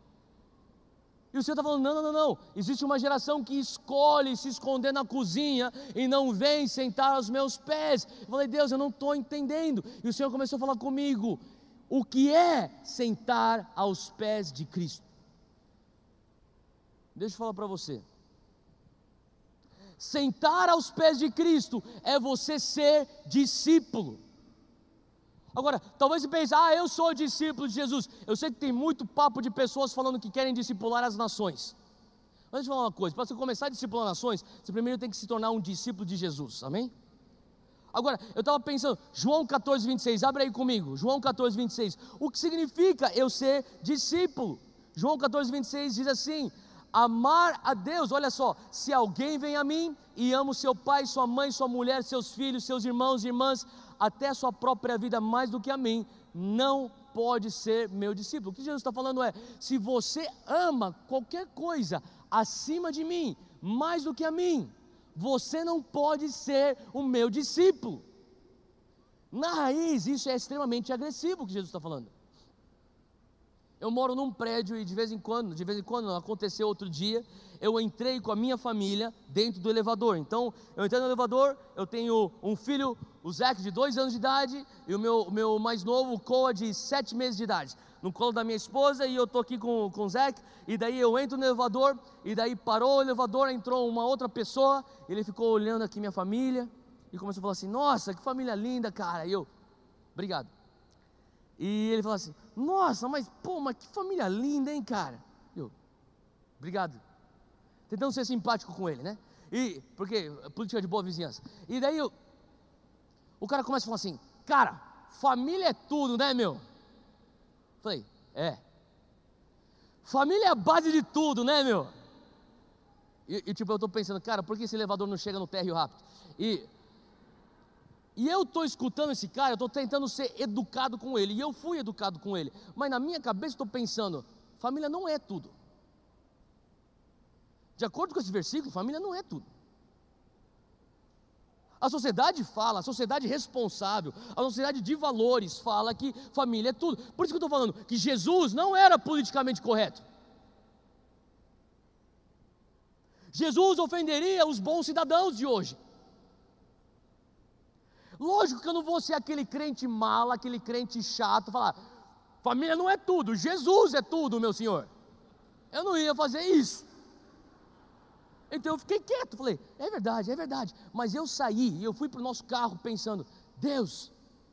E o Senhor está falando, não, não, não, não, existe uma geração que escolhe se esconder na cozinha e não vem sentar aos meus pés. Eu falei, Deus, eu não estou entendendo. E o Senhor começou a falar comigo, o que é sentar aos pés de Cristo? Deixa eu falar para você, sentar aos pés de Cristo é você ser discípulo. Agora, talvez você pense, ah, eu sou discípulo de Jesus. Eu sei que tem muito papo de pessoas falando que querem discipular as nações. Mas deixa eu falar uma coisa, para você começar a discipular nações, você primeiro tem que se tornar um discípulo de Jesus, amém? Agora, eu estava pensando, João catorze, vinte e seis, abre aí comigo, João catorze, vinte e seis, o que significa eu ser discípulo? João catorze, vinte e seis diz assim, amar a Deus, olha só, se alguém vem a mim e ama seu pai, sua mãe, sua mulher, seus filhos, seus irmãos e irmãs, até a sua própria vida mais do que a mim, não pode ser meu discípulo. O que Jesus está falando é, se você ama qualquer coisa acima de mim, mais do que a mim, você não pode ser o meu discípulo. Na raiz, isso é extremamente agressivo o que Jesus está falando. Eu moro num prédio e de vez em quando, de vez em quando, aconteceu outro dia, eu entrei com a minha família dentro do elevador. Então, eu entrei no elevador, eu tenho um filho, o Zach, de dois anos de idade, e o meu, o meu mais novo, o Coa, de sete meses de idade, no colo da minha esposa, e eu estou aqui com, com o Zach, e daí eu entro no elevador, e daí parou o elevador, entrou uma outra pessoa, ele ficou olhando aqui minha família, e começou a falar assim, nossa, que família linda, cara, e eu, obrigado. E ele falou assim, nossa, mas pô, mas que família linda, hein, cara? Eu, obrigado. Tentando ser simpático com ele, né? E, porque, política de boa vizinhança. E daí, eu, o cara começa a falar assim, cara, família é tudo, né, meu? Falei, é. Família é a base de tudo, né, meu? E, e tipo, eu estou pensando, cara, por que esse elevador não chega no térreo rápido? E... E eu estou escutando esse cara, eu estou tentando ser educado com ele, e eu fui educado com ele, mas na minha cabeça estou pensando, família não é tudo. De acordo com esse versículo, família não é tudo. A sociedade fala, a sociedade responsável, a sociedade de valores fala que família é tudo. Por isso que eu estou falando que Jesus não era politicamente correto. Jesus ofenderia os bons cidadãos de hoje. Lógico que eu não vou ser aquele crente mala, aquele crente chato, falar, família não é tudo, Jesus é tudo, meu senhor. Eu não ia fazer isso. Então eu fiquei quieto, falei, é verdade, é verdade. Mas eu saí e eu fui para o nosso carro pensando, Deus,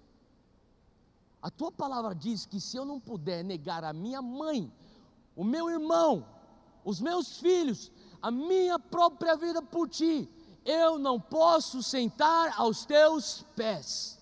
a tua palavra diz que se eu não puder negar a minha mãe, o meu irmão, os meus filhos, a minha própria vida por ti, eu não posso sentar aos teus pés.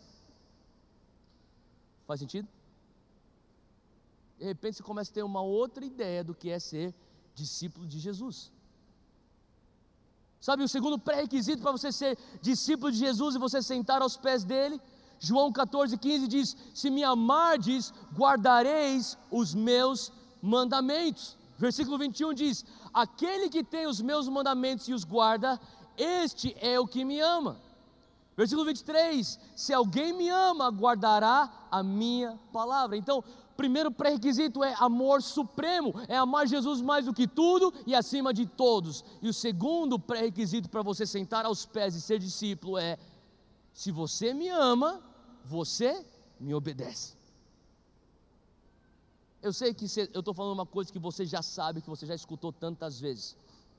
Faz sentido? De repente você começa a ter uma outra ideia do que é ser discípulo de Jesus. Sabe o segundo pré-requisito para você ser discípulo de Jesus e você sentar aos pés dele? João catorze, quinze diz, se me amardes, guardareis os meus mandamentos. Versículo vinte e um diz, aquele que tem os meus mandamentos e os guarda, este é o que me ama. Versículo vinte e três, se alguém me ama, guardará a minha palavra. Então, primeiro pré-requisito é amor supremo, é amar Jesus mais do que tudo e acima de todos. E o segundo pré-requisito para você sentar aos pés e ser discípulo é, se você me ama, você me obedece. Eu sei que cê, eu estou falando uma coisa que você já sabe, que você já escutou tantas vezes.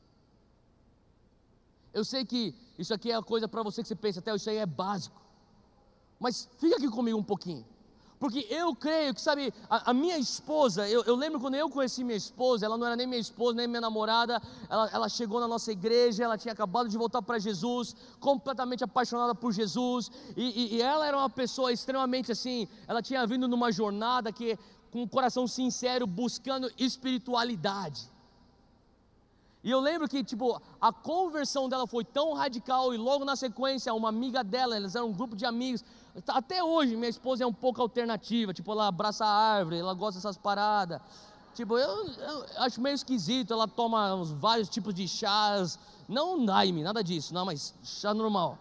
Eu sei que isso aqui é a coisa para você que você pensa, até isso aí é básico. Mas fica aqui comigo um pouquinho. Porque eu creio que, sabe, a, a minha esposa, eu, eu lembro quando eu conheci minha esposa, ela não era nem minha esposa, nem minha namorada, ela, ela chegou na nossa igreja, ela tinha acabado de voltar para Jesus, completamente apaixonada por Jesus, e, e, e ela era uma pessoa extremamente assim, ela tinha vindo numa jornada que, com um coração sincero, buscando espiritualidade. E eu lembro que, tipo, a conversão dela foi tão radical, e logo na sequência, uma amiga dela, eles eram um grupo de amigos, até hoje, minha esposa é um pouco alternativa, tipo, ela abraça a árvore, ela gosta dessas paradas, tipo, eu, eu acho meio esquisito, ela toma uns, vários tipos de chás, não daime, nada disso, não, mas chá normal,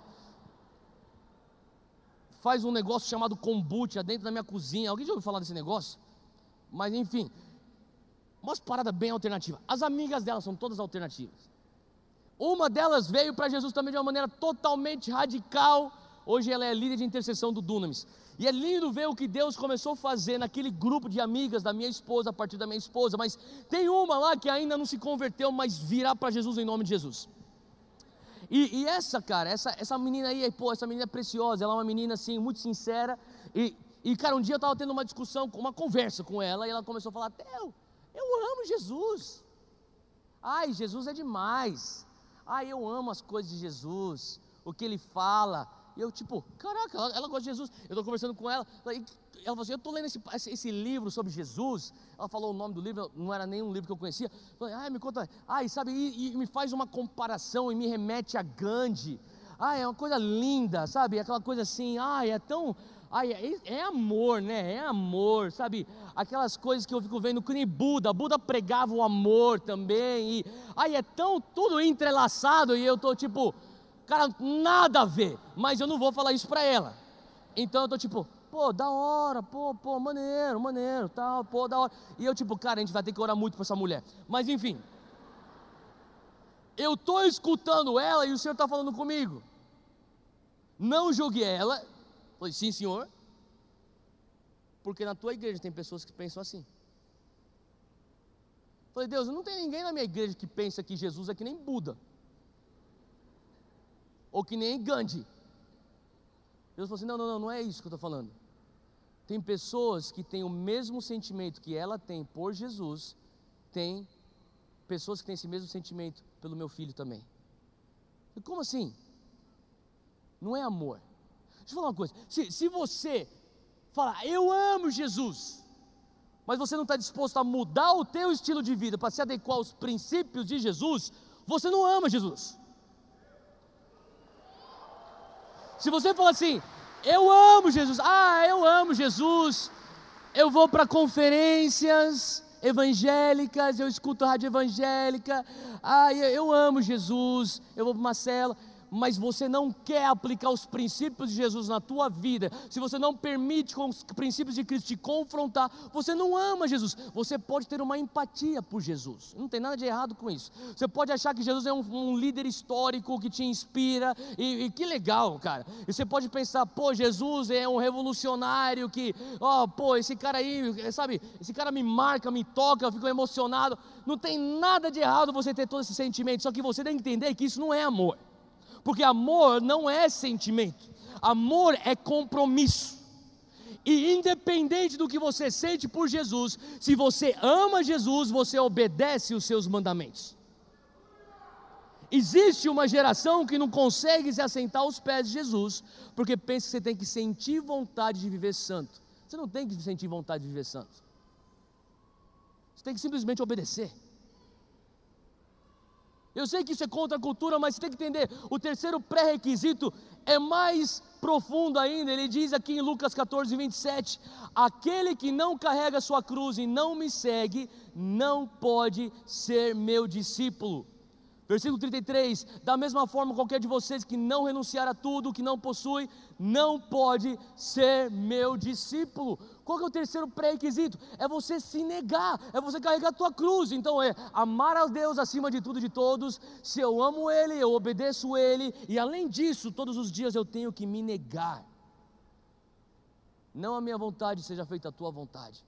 faz um negócio chamado kombucha dentro da minha cozinha, alguém já ouviu falar desse negócio? Mas enfim, umas paradas bem alternativas. As amigas dela são todas alternativas. Uma delas veio para Jesus também de uma maneira totalmente radical. Hoje ela é líder de intercessão do Dunamis. E é lindo ver o que Deus começou a fazer naquele grupo de amigas da minha esposa, a partir da minha esposa. Mas tem uma lá que ainda não se converteu, mas virá para Jesus em nome de Jesus. E, e essa, cara, essa, essa menina aí, pô, essa menina é preciosa. Ela é uma menina assim, muito sincera. E, e cara, um dia eu estava tendo uma discussão, uma conversa com ela. E ela começou a falar, Theo, eu amo Jesus. Ai, Jesus é demais. Ai, eu amo as coisas de Jesus, o que Ele fala. E eu tipo, caraca, ela, ela gosta de Jesus. Eu estou conversando com ela, ela falou assim, eu estou lendo esse, esse, esse livro sobre Jesus. Ela falou o nome do livro, não era nenhum livro que eu conhecia. Eu falei, ai, me conta, ai, sabe, e, e me faz uma comparação e me remete a Gandhi. Ai, é uma coisa linda, sabe, aquela coisa assim, ai, é tão... Ai, é, é amor, né? É amor, sabe? Aquelas coisas que eu fico vendo que nem Buda. Buda pregava o amor também. E, ai, é tão tudo entrelaçado. E eu tô tipo, cara, nada a ver. Mas eu não vou falar isso pra ela. Então eu tô tipo, pô, da hora, pô, pô, maneiro, maneiro, tal, pô, da hora. E eu tipo, cara, a gente vai ter que orar muito pra essa mulher. Mas enfim, eu tô escutando ela e o Senhor tá falando comigo. Não julgue ela. Falei, sim, senhor, porque na tua igreja tem pessoas que pensam assim. Falei, Deus, não tem ninguém na minha igreja que pensa que Jesus é que nem Buda, ou que nem Gandhi. Deus falou assim, não, não, não, não é isso que eu estou falando. Tem pessoas que têm o mesmo sentimento que ela tem por Jesus, tem pessoas que têm esse mesmo sentimento pelo meu filho também. Falei, como assim? Não é amor. Deixa eu falar uma coisa, se, se você falar, eu amo Jesus, mas você não está disposto a mudar o teu estilo de vida para se adequar aos princípios de Jesus, você não ama Jesus. Se você falar assim, eu amo Jesus, ah, eu amo Jesus, eu vou para conferências evangélicas, eu escuto rádio evangélica, ah, eu, eu amo Jesus, eu vou para uma célula. mas você não quer aplicar os princípios de Jesus na tua vida, se você não permite com os princípios de Cristo te confrontar, você não ama Jesus. Você pode ter uma empatia por Jesus, não tem nada de errado com isso. Você pode achar que Jesus é um, um líder histórico que te inspira, e, e que legal, cara. E você pode pensar, pô, Jesus é um revolucionário que, ó, oh, pô, esse cara aí, sabe, esse cara me marca, me toca, eu fico emocionado. Não tem nada de errado você ter todo esse sentimento, só que você tem que entender que isso não é amor. Porque amor não é sentimento, amor é compromisso. E independente do que você sente por Jesus, se você ama Jesus, você obedece os seus mandamentos. Existe uma geração que não consegue se assentar aos pés de Jesus, porque pensa que você tem que sentir vontade de viver santo. Você não tem que sentir vontade de viver santo, você tem que simplesmente obedecer. Eu sei que isso é contra a cultura, mas você tem que entender, o terceiro pré-requisito é mais profundo ainda. Ele diz aqui em Lucas catorze, vinte e sete, aquele que não carrega sua cruz e não me segue, não pode ser meu discípulo. Versículo trinta e três, da mesma forma qualquer de vocês que não renunciar a tudo, que não possui, não pode ser meu discípulo. Qual que é o terceiro pré-requisito? É você se negar, é você carregar a tua cruz. Então é amar a Deus acima de tudo e de todos. Se eu amo Ele, eu obedeço Ele, e além disso, todos os dias eu tenho que me negar. Não a minha vontade seja feita a tua vontade.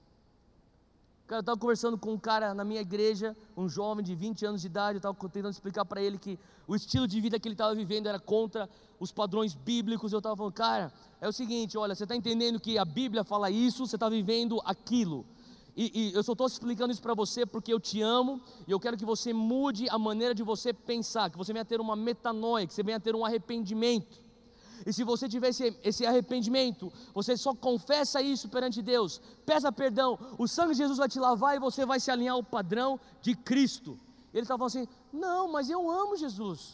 Cara, eu estava conversando com um cara na minha igreja, um jovem de vinte anos de idade. Eu estava tentando explicar para ele que o estilo de vida que ele estava vivendo era contra os padrões bíblicos. Eu estava falando, cara, é o seguinte, olha, você está entendendo que a Bíblia fala isso, você está vivendo aquilo. E, e eu só estou explicando isso para você porque eu te amo, e eu quero que você mude a maneira de você pensar, que você venha ter uma metanoia, que você venha ter um arrependimento. E se você tiver esse, esse arrependimento, você só confessa isso perante Deus, peça perdão, o sangue de Jesus vai te lavar e você vai se alinhar ao padrão de Cristo. Ele estava falando assim, não, mas eu amo Jesus.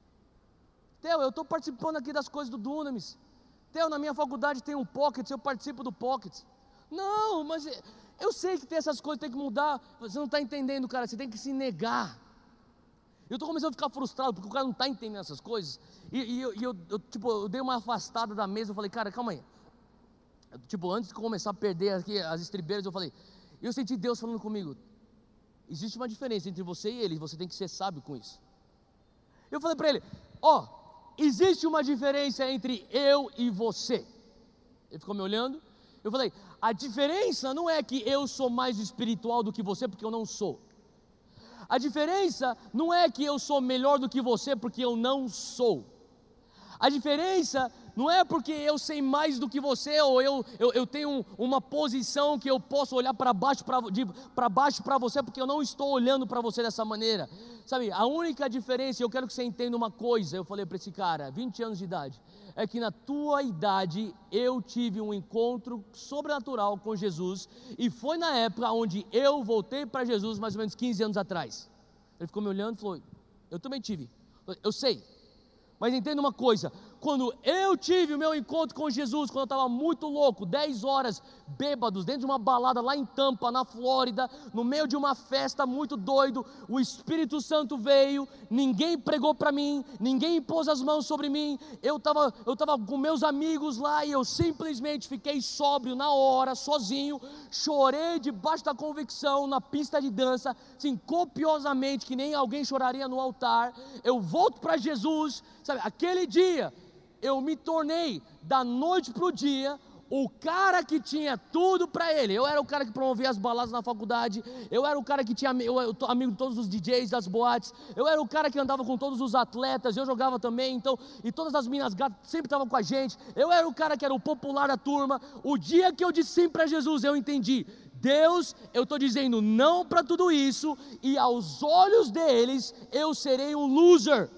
Theo, eu estou participando aqui das coisas do Dunamis. Theo, na minha faculdade tem um Pocket, eu participo do Pocket. Não, mas eu sei que tem essas coisas, tem que mudar. Você não está entendendo, cara, você tem que se negar. Eu estou começando a ficar frustrado, porque o cara não está entendendo essas coisas, e, e, eu, e eu, eu, tipo, eu dei uma afastada da mesa, eu falei, cara, calma aí, eu, tipo, antes de começar a perder aqui as estribeiras, eu falei, eu senti Deus falando comigo, existe uma diferença entre você e ele, e você tem que ser sábio com isso. Eu falei para ele, ó, oh, existe uma diferença entre eu e você. Ele ficou me olhando, eu falei, a diferença não é que eu sou mais espiritual do que você, porque eu não sou. A diferença não é que eu sou melhor do que você, porque eu não sou. A diferença não é porque eu sei mais do que você, ou eu, eu, eu tenho uma posição que eu posso olhar para baixo para baixo para você, porque eu não estou olhando para você dessa maneira. Sabe, a única diferença, eu quero que você entenda uma coisa, eu falei para esse cara, vinte anos de idade, é que na tua idade eu tive um encontro sobrenatural com Jesus, e foi na época onde eu voltei para Jesus, mais ou menos quinze anos atrás. Ele ficou me olhando e falou, eu também tive. Eu sei, mas entenda uma coisa, quando eu tive o meu encontro com Jesus, quando eu estava muito louco, dez horas bêbados, dentro de uma balada lá em Tampa, na Flórida, no meio de uma festa, muito doido, o Espírito Santo veio, ninguém pregou para mim, ninguém pôs as mãos sobre mim, eu estava eu estava com meus amigos lá, e eu simplesmente fiquei sóbrio na hora, sozinho, chorei debaixo da convicção, na pista de dança, assim, copiosamente, que nem alguém choraria no altar. Eu volto para Jesus, sabe, aquele dia, eu me tornei, da noite para o dia, o cara que tinha tudo para ele. Eu era o cara que promovia as baladas na faculdade, eu era o cara que tinha, eu, eu, amigo de todos os D Js das boates, eu era o cara que andava com todos os atletas, eu jogava também, então, e todas as minas gatas sempre estavam com a gente, eu era o cara que era o popular da turma. O dia que eu disse sim para Jesus, eu entendi, Deus, eu estou dizendo não para tudo isso, e aos olhos deles, eu serei um loser.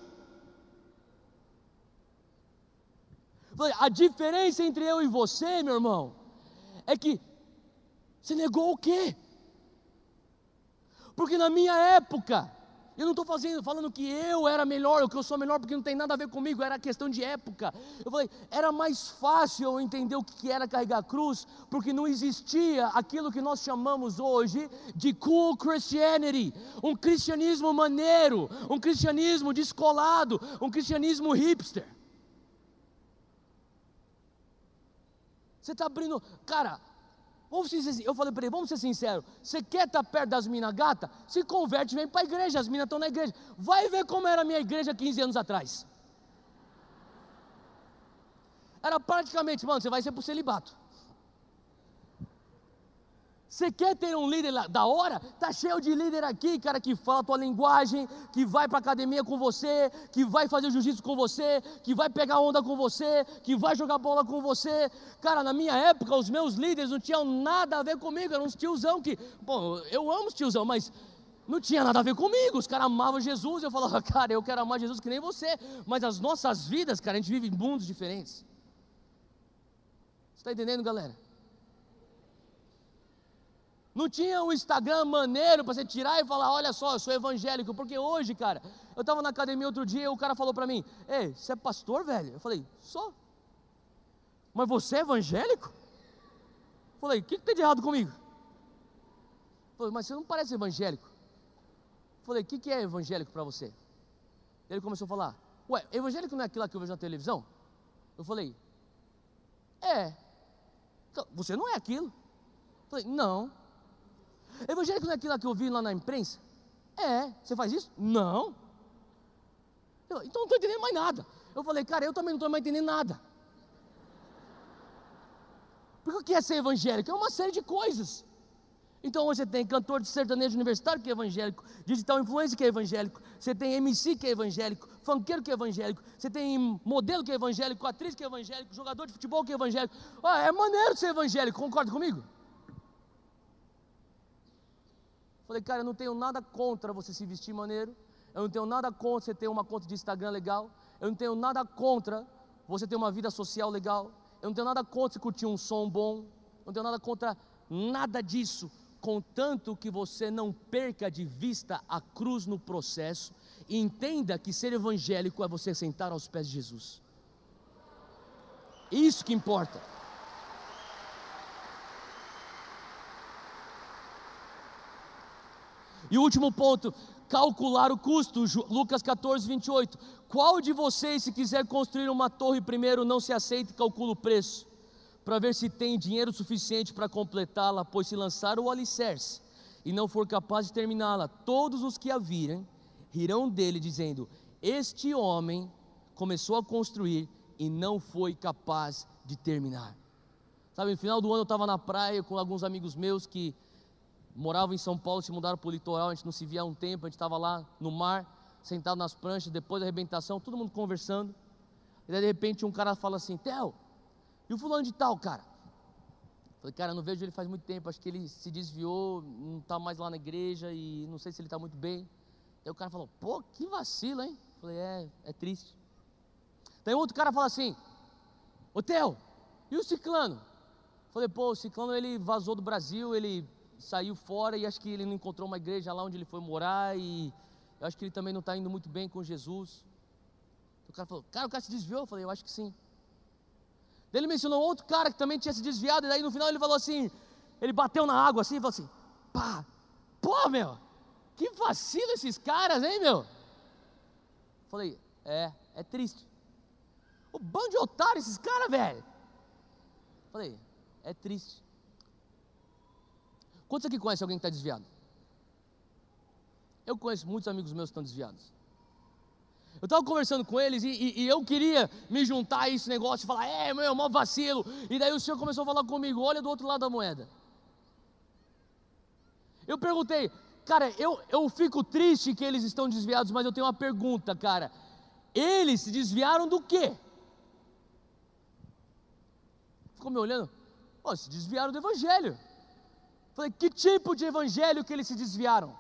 A diferença entre eu e você, meu irmão, é que você negou o quê? Porque na minha época, Eu não estou falando que eu era melhor, ou que eu sou melhor, porque não tem nada a ver comigo, era questão de época. Eu falei, era mais fácil eu entender o que era carregar a cruz, porque não existia aquilo que nós chamamos hoje de cool Christianity, um cristianismo maneiro, um cristianismo descolado, um cristianismo hipster. Você está abrindo, cara... Eu falei para ele, vamos ser sinceros, você quer estar perto das minas gatas? Se converte, vem para a igreja, as minas estão na igreja. Vai ver como era a minha igreja quinze anos atrás. Era praticamente, mano, você vai ser para o celibato. Você quer ter um líder da hora? Tá cheio de líder aqui, cara, que fala a tua linguagem, que vai para academia com você, que vai fazer jiu-jitsu com você, que vai pegar onda com você, que vai jogar bola com você. Cara, na minha época, os meus líderes não tinham nada a ver comigo, eram uns tiozão que, bom, eu amo os tiozão, mas não tinha nada a ver comigo. Os caras amavam Jesus, eu falava, cara, eu quero amar Jesus que nem você, mas as nossas vidas, cara, a gente vive em mundos diferentes. Você está entendendo, galera? Não tinha um Instagram maneiro para você tirar e falar, olha só, eu sou evangélico, porque hoje, cara, eu estava na academia outro dia e o cara falou para mim, ei, você é pastor, velho? Eu falei, sou. Mas você é evangélico? Eu falei, o que, que tem de errado comigo? Eu falei, mas você não parece evangélico. Eu falei, o que, que é evangélico para você? Ele começou a falar, ué, evangélico não é aquilo que eu vejo na televisão? Eu falei, é. Então, você não é aquilo. Eu falei, não. Evangélico não é aquilo que eu vi lá na imprensa? É, você faz isso? Não. Eu, então não estou entendendo mais nada. Eu falei, cara, eu também não estou mais entendendo nada. Porque o que é ser evangélico? É uma série de coisas. Então hoje você tem cantor de sertanejo universitário que é evangélico, digital influencer que é evangélico, você tem M C que é evangélico, funkeiro que é evangélico, você tem modelo que é evangélico, atriz que é evangélico, jogador de futebol que é evangélico. Ah, é maneiro ser evangélico, concorda comigo? Falei, cara, eu não tenho nada contra você se vestir maneiro, eu não tenho nada contra você ter uma conta de Instagram legal, eu não tenho nada contra você ter uma vida social legal, eu não tenho nada contra você curtir um som bom, eu não tenho nada contra nada disso, contanto que você não perca de vista a cruz no processo e entenda que ser evangélico é você sentar aos pés de Jesus. Isso que importa. E o último ponto, calcular o custo, Lucas catorze, vinte e oito. Qual de vocês, se quiser construir uma torre primeiro, não se aceita e calcula o preço, para ver se tem dinheiro suficiente para completá-la, pois se lançar o alicerce e não for capaz de terminá-la, todos os que a virem, rirão dele, dizendo, este homem começou a construir e não foi capaz de terminar. Sabe, no final do ano eu estava na praia com alguns amigos meus que moravam em São Paulo, se mudaram para o litoral, a gente não se via há um tempo, a gente estava lá no mar, sentado nas pranchas, depois da arrebentação, todo mundo conversando, e daí de repente um cara fala assim, Theo, e o fulano de tal, cara? Eu falei, cara, eu não vejo ele faz muito tempo, acho que ele se desviou, não está mais lá na igreja, e não sei se ele está muito bem. Daí o cara falou, pô, que vacilo, hein? Eu falei, é, é triste. Daí outro cara fala assim, ô Theo, e o ciclano? Eu falei, pô, o ciclano ele vazou do Brasil, ele saiu fora e acho que ele não encontrou uma igreja lá onde ele foi morar e eu acho que ele também não está indo muito bem com Jesus. O cara falou, cara, o cara se desviou? Eu falei, eu acho que sim. Daí ele mencionou outro cara que também tinha se desviado, e daí no final ele falou assim, ele bateu na água assim e falou assim, pá, pô meu, que vacilo esses caras, hein meu? Eu falei, é, é triste. O bando de otário esses caras, velho. Eu falei, é triste. Quantos aqui conhecem alguém que está desviado? Eu conheço muitos amigos meus que estão desviados. Eu estava conversando com eles e, e, e eu queria me juntar a esse negócio e falar, é, meu, mó vacilo. E daí o Senhor começou a falar comigo, olha do outro lado da moeda. Eu perguntei, cara, eu, eu fico triste que eles estão desviados, mas eu tenho uma pergunta, cara. Eles se desviaram do quê? Ficou me olhando, oh, se desviaram do evangelho. Falei, que tipo de evangelho que eles se desviaram?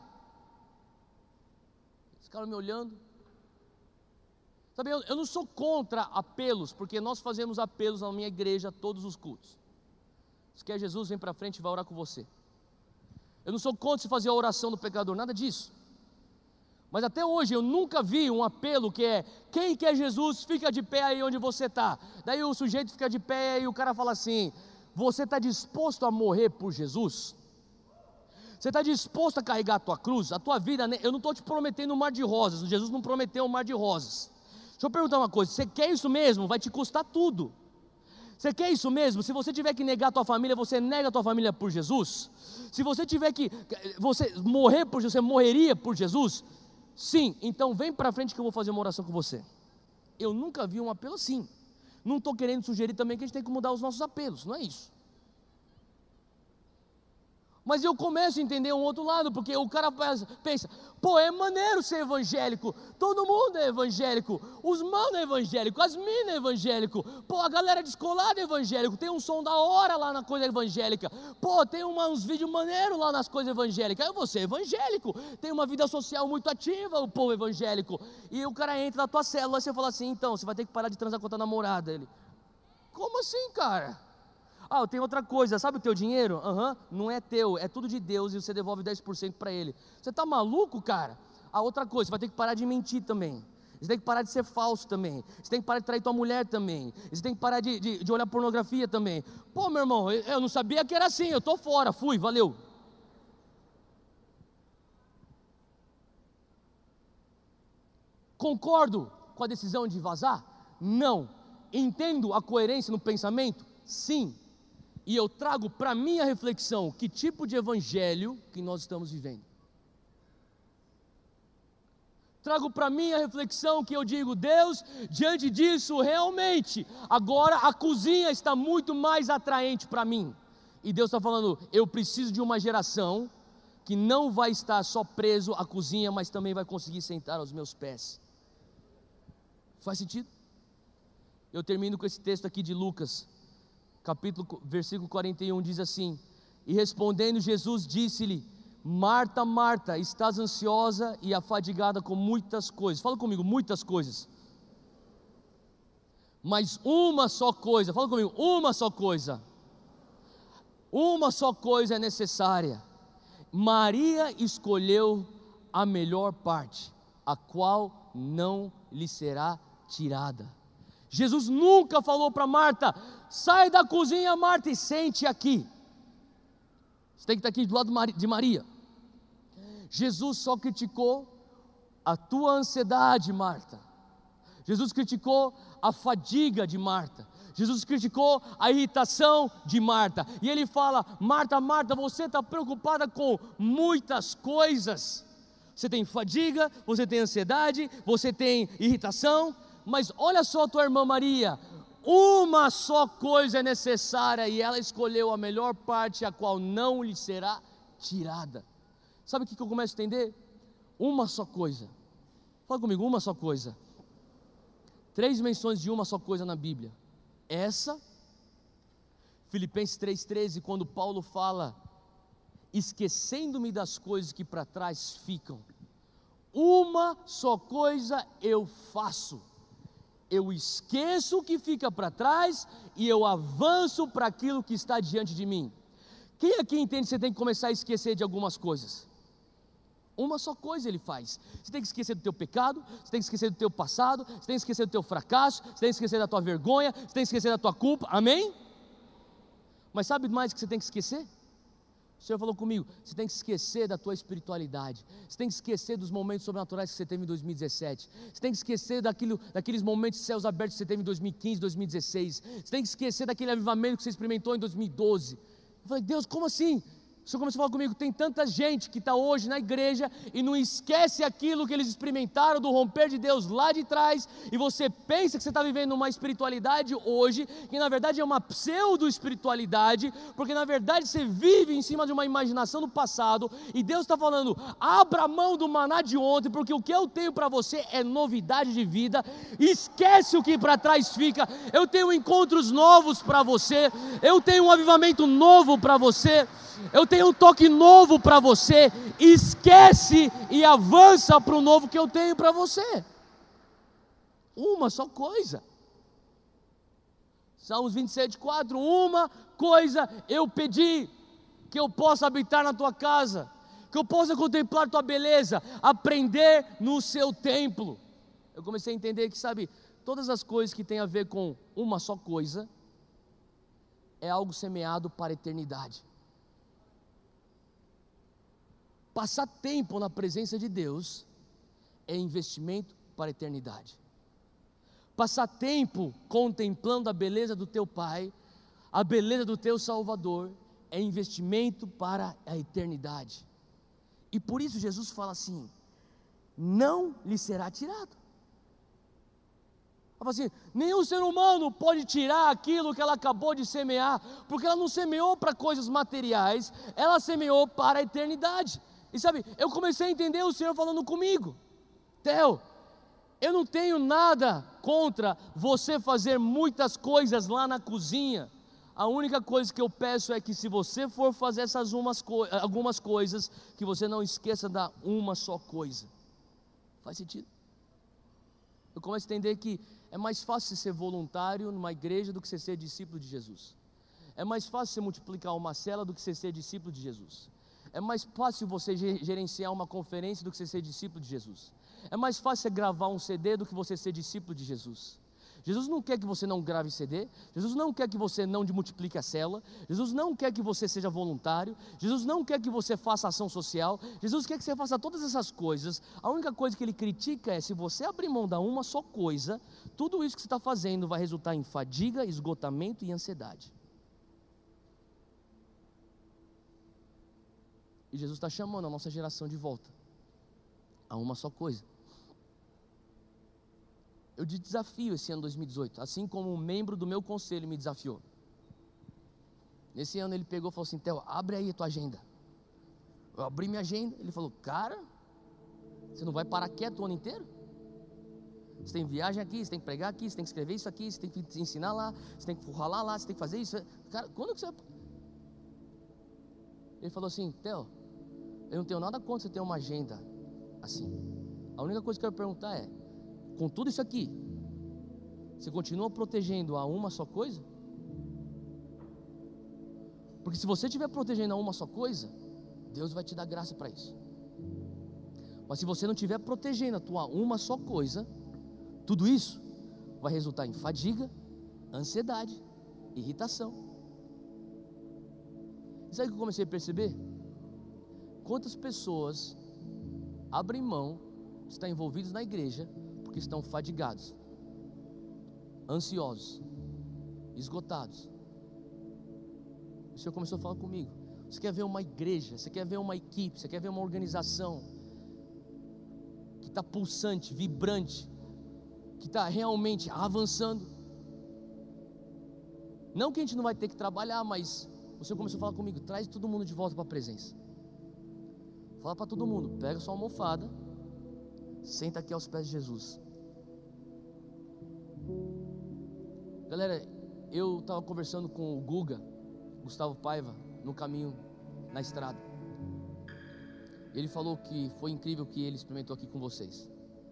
Eles ficaram me olhando. Sabe, eu, eu não sou contra apelos, porque nós fazemos apelos na minha igreja todos os cultos. Se quer Jesus, vem para frente e vai orar com você. Eu não sou contra se fazer a oração do pecador, nada disso. Mas até hoje eu nunca vi um apelo que é: quem quer Jesus, fica de pé aí onde você está. Daí o sujeito fica de pé e o cara fala assim: você está disposto a morrer por Jesus? Você está disposto a carregar a tua cruz? A tua vida, eu não estou te prometendo um mar de rosas, Jesus não prometeu um mar de rosas. Deixa eu perguntar uma coisa: você quer isso mesmo? Vai te custar tudo. Você quer isso mesmo? Se você tiver que negar a tua família, você nega a tua família por Jesus? Se você tiver que você morrer por Jesus, você morreria por Jesus? Sim, então vem para frente que eu vou fazer uma oração com você. Eu nunca vi um apelo assim. Não estou querendo sugerir também que a gente tem que mudar os nossos apelos, não é isso. Mas eu começo a entender um outro lado, porque o cara pensa: pô, é maneiro ser evangélico, todo mundo é evangélico, os manos é evangélico, as minas é evangélico, pô, a galera descolada é evangélico, tem um som da hora lá na coisa evangélica, pô, tem uma, uns vídeos maneiros lá nas coisas evangélicas, eu vou ser evangélico, tem uma vida social muito ativa o povo evangélico, e o cara entra na tua célula e você fala assim: então, você vai ter que parar de transar com a tua namorada. Ele: como assim, cara? Ah, eu tenho outra coisa, sabe o teu dinheiro? Aham, uhum, não é teu, é tudo de Deus e você devolve dez por cento para Ele. Você está maluco, cara? Ah, outra coisa, você vai ter que parar de mentir também. Você tem que parar de ser falso também. Você tem que parar de trair tua mulher também. Você tem que parar de, de, de olhar pornografia também. Pô, meu irmão, eu, eu não sabia que era assim, eu estou fora, fui, valeu. Concordo com a decisão de vazar? Não. Entendo a coerência no pensamento? Sim. E eu trago para minha reflexão que tipo de evangelho que nós estamos vivendo. Trago para minha reflexão que eu digo: Deus, diante disso, realmente, agora a cozinha está muito mais atraente para mim. E Deus está falando: eu preciso de uma geração que não vai estar só preso à cozinha, mas também vai conseguir sentar aos meus pés. Faz sentido? Eu termino com esse texto aqui de Lucas, capítulo, versículo quarenta e um, diz assim: e respondendo Jesus disse-lhe: Marta, Marta, estás ansiosa e afadigada com muitas coisas. Fala comigo: muitas coisas. Mas uma só coisa, fala comigo: uma só coisa. Uma só coisa é necessária. Maria escolheu a melhor parte, a qual não lhe será tirada. Jesus nunca falou para Marta: sai da cozinha, Marta, e sente aqui. Você tem que estar aqui do lado de Maria. Jesus só criticou a tua ansiedade, Marta. Jesus criticou a fadiga de Marta. Jesus criticou a irritação de Marta. E ele fala: Marta, Marta, você está preocupada com muitas coisas. Você tem fadiga, você tem ansiedade, você tem irritação. Mas olha só a tua irmã Maria, uma só coisa é necessária, e ela escolheu a melhor parte, a qual não lhe será tirada. Sabe o que eu começo a entender? Uma só coisa. Fala comigo: uma só coisa. Três menções de uma só coisa na Bíblia. Essa, Filipenses três, treze, quando Paulo fala: esquecendo-me das coisas que para trás ficam, uma só coisa eu faço. Eu esqueço o que fica para trás e eu avanço para aquilo que está diante de mim. Quem aqui entende que você tem que começar a esquecer de algumas coisas? Uma só coisa ele faz. Você tem que esquecer do teu pecado, você tem que esquecer do teu passado, você tem que esquecer do teu fracasso, você tem que esquecer da tua vergonha, você tem que esquecer da tua culpa, amém? Mas sabe mais que você tem que esquecer? O Senhor falou comigo: você tem que esquecer da tua espiritualidade, você tem que esquecer dos momentos sobrenaturais que você teve em dois mil e dezessete, você tem que esquecer daquilo, daqueles momentos de céus abertos que você teve em dois mil e quinze, dois mil e dezesseis, você tem que esquecer daquele avivamento que você experimentou em dois mil e doze. Eu falei: Deus, como assim? O Senhor começou a falar comigo: tem tanta gente que está hoje na igreja e não esquece aquilo que eles experimentaram do romper de Deus lá de trás, e você pensa que você está vivendo uma espiritualidade hoje, que na verdade é uma pseudo-espiritualidade, porque na verdade você vive em cima de uma imaginação do passado, e Deus está falando: abra mão do maná de ontem, porque o que eu tenho para você é novidade de vida, esquece o que para trás fica, eu tenho encontros novos para você, eu tenho um avivamento novo para você, eu tenho um toque novo para você, esquece e avança para o novo que eu tenho para você. Uma só coisa. Salmos vinte e sete, quatro, uma coisa eu pedi, que eu possa habitar na tua casa, que eu possa contemplar tua beleza, aprender no seu templo. Eu comecei a entender que, sabe, todas as coisas que têm a ver com uma só coisa, é algo semeado para a eternidade. Passar tempo na presença de Deus é investimento para a eternidade. Passar tempo contemplando a beleza do teu Pai, a beleza do teu Salvador, é investimento para a eternidade. E por isso Jesus fala assim: não lhe será tirado. Ela fala assim: nenhum ser humano pode tirar aquilo que ela acabou de semear, porque ela não semeou para coisas materiais, ela semeou para a eternidade. E sabe, eu comecei a entender o Senhor falando comigo: Theo, eu não tenho nada contra você fazer muitas coisas lá na cozinha. A única coisa que eu peço é que, se você for fazer essas umas co- algumas coisas, que você não esqueça da uma só coisa. Faz sentido? Eu começo a entender que é mais fácil ser voluntário numa igreja do que você ser discípulo de Jesus. É mais fácil você multiplicar uma cela do que você ser discípulo de Jesus. É mais fácil você gerenciar uma conferência do que você ser discípulo de Jesus. É mais fácil você gravar um C D do que você ser discípulo de Jesus. Jesus não quer que você não grave C D, Jesus não quer que você não multiplique a célula, Jesus não quer que você seja voluntário, Jesus não quer que você faça ação social, Jesus quer que você faça todas essas coisas. A única coisa que Ele critica é: se você abrir mão da uma só coisa, tudo isso que você está fazendo vai resultar em fadiga, esgotamento e ansiedade. E Jesus está chamando a nossa geração de volta a uma só coisa. Eu te desafio esse ano dois mil e dezoito, assim como um membro do meu conselho me desafiou. Nesse ano ele pegou e falou assim: Theo, abre aí a tua agenda. Eu abri minha agenda, ele falou: cara, você não vai parar quieto o ano inteiro? Você tem viagem aqui, você tem que pregar aqui, você tem que escrever isso aqui, você tem que ensinar lá, você tem que ralar lá, você tem que fazer isso. Cara, quando que você... Ele falou assim: Theo, eu não tenho nada contra você ter uma agenda assim. A única coisa que eu quero perguntar é: com tudo isso aqui, você continua protegendo a uma só coisa? Porque se você estiver protegendo a uma só coisa, Deus vai te dar graça para isso. Mas se você não estiver protegendo a tua uma só coisa, tudo isso vai resultar em fadiga, ansiedade, irritação. E sabe o que eu comecei a perceber? Quantas pessoas abrem mão de estar envolvidos na igreja porque estão fadigados, ansiosos, esgotados. O Senhor começou a falar comigo: você quer ver uma igreja, você quer ver uma equipe, você quer ver uma organização que está pulsante, vibrante, que está realmente avançando? Não que a gente não vai ter que trabalhar, mas o Senhor começou a falar comigo: traz todo mundo de volta para a presença. Fala para todo mundo: pega sua almofada, senta aqui aos pés de Jesus. Galera, eu estava conversando com o Guga, Gustavo Paiva, no caminho, na estrada. Ele falou que foi incrível o que ele experimentou aqui com vocês.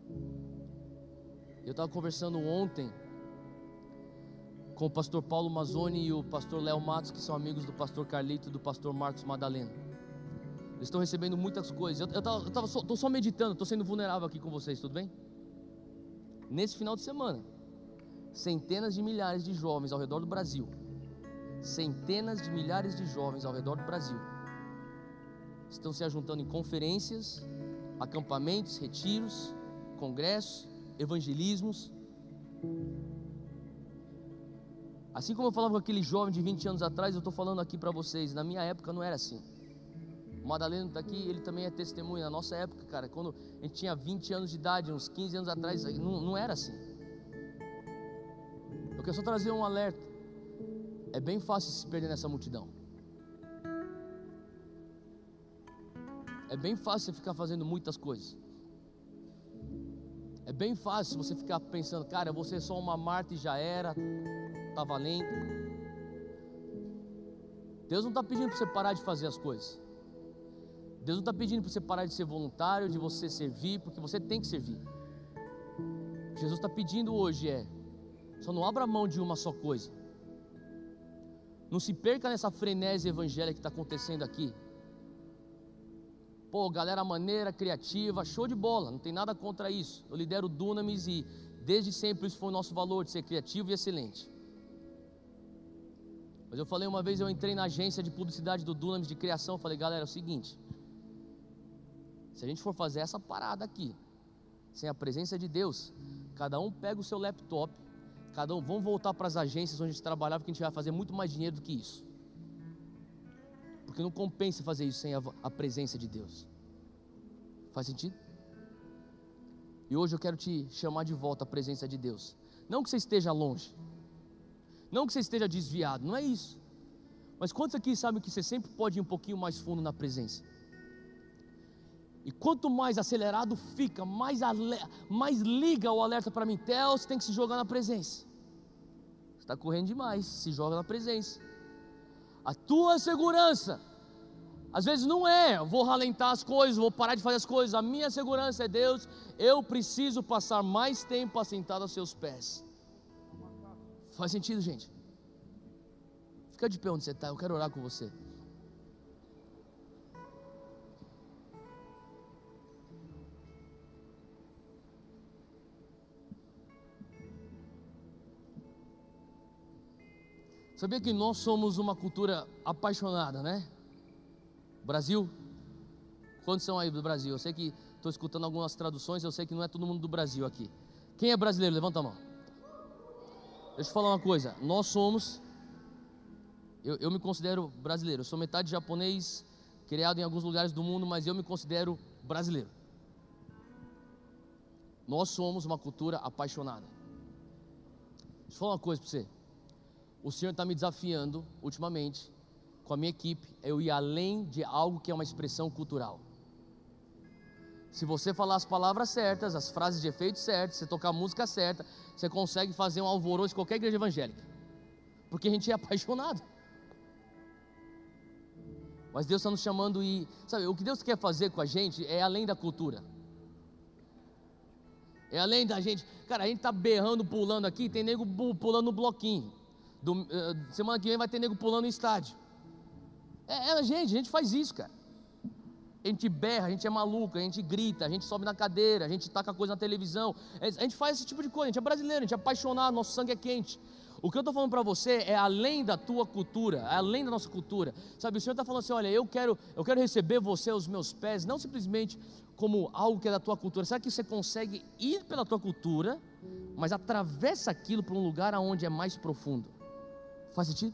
Eu estava conversando ontem com o pastor Paulo Mazzoni e o pastor Léo Matos, que são amigos do pastor Carlito e do pastor Marcos Madalena. Eles estão recebendo muitas coisas. Eu estou eu tava só, tô só meditando, estou sendo vulnerável aqui com vocês, tudo bem? Nesse final de semana, centenas de milhares de jovens ao redor do Brasil, centenas de milhares de jovens ao redor do Brasil, estão se ajuntando em conferências, acampamentos, retiros, congressos, evangelismos. Assim como eu falava com aquele jovem de vinte anos atrás, eu estou falando aqui para vocês: na minha época não era assim. O Madalena está aqui, ele também é testemunha. Na nossa época, cara, quando a gente tinha vinte anos de idade, uns quinze anos atrás, não, não era assim. Eu quero só trazer um alerta: é bem fácil se perder nessa multidão. É bem fácil você ficar fazendo muitas coisas. É bem fácil você ficar pensando: cara, eu vou ser só uma Marta e já era, tá valendo. Deus não está pedindo para você parar de fazer as coisas. Deus não está pedindo para você parar de ser voluntário, de você servir, porque você tem que servir. O que Jesus está pedindo hoje é: só não abra mão de uma só coisa. Não se perca nessa frenesi evangélica que está acontecendo aqui. Pô, galera maneira, criativa, show de bola, não tem nada contra isso. Eu lidero o Dunamis e desde sempre isso foi o nosso valor, de ser criativo e excelente. Mas eu falei uma vez, eu entrei na agência de publicidade do Dunamis de criação, eu falei, galera, é o seguinte, se a gente for fazer essa parada aqui, sem a presença de Deus, cada um pega o seu laptop, cada um, vamos voltar para as agências onde a gente trabalhava, porque a gente vai fazer muito mais dinheiro do que isso. Porque não compensa fazer isso sem a, a presença de Deus. Faz sentido? E hoje eu quero te chamar de volta à presença de Deus. Não que você esteja longe, não que você esteja desviado, não é isso. Mas quantos aqui sabem que você sempre pode ir um pouquinho mais fundo na presença? E quanto mais acelerado fica, mais, ale... mais liga o alerta para mim, Theo, você tem que se jogar na presença. Você está correndo demais, se joga na presença. A tua segurança, às vezes não é, eu vou ralentar as coisas, vou parar de fazer as coisas. A minha segurança é Deus, eu preciso passar mais tempo assentado aos seus pés. Faz sentido, gente? Fica de pé onde você está, eu quero orar com você. Sabia que nós somos uma cultura apaixonada, né? Brasil? Quantos são aí do Brasil? Eu sei que estou escutando algumas traduções, eu sei que não é todo mundo do Brasil aqui. Quem é brasileiro? Levanta a mão. Deixa eu falar uma coisa, nós somos, eu, eu me considero brasileiro, eu sou metade japonês, criado em alguns lugares do mundo, mas eu me considero brasileiro. Nós somos uma cultura apaixonada. Deixa eu falar uma coisa para você. O Senhor está me desafiando, ultimamente, com a minha equipe, eu ir além de algo que é uma expressão cultural. Se você falar as palavras certas, as frases de efeito certas, você tocar a música certa, você consegue fazer um alvoroço em qualquer igreja evangélica, porque a gente é apaixonado. Mas Deus está nos chamando e, sabe, o que Deus quer fazer com a gente é além da cultura. É além da gente, cara, a gente está berrando, pulando aqui, tem nego pulando no bloquinho. Do, uh, semana que vem vai ter nego pulando no estádio. É, é a gente, a gente faz isso, cara. A gente berra, a gente é maluco, a gente grita, a gente sobe na cadeira, a gente taca coisa na televisão. A gente faz esse tipo de coisa, a gente é brasileiro, a gente é apaixonado, nosso sangue é quente. O que eu estou falando para você é além da tua cultura, é além da nossa cultura. Sabe, o Senhor está falando assim, olha, eu quero, eu quero receber você aos meus pés, não simplesmente como algo que é da tua cultura. Será que você consegue ir pela tua cultura, mas atravessa aquilo para um lugar onde é mais profundo? Faz sentido?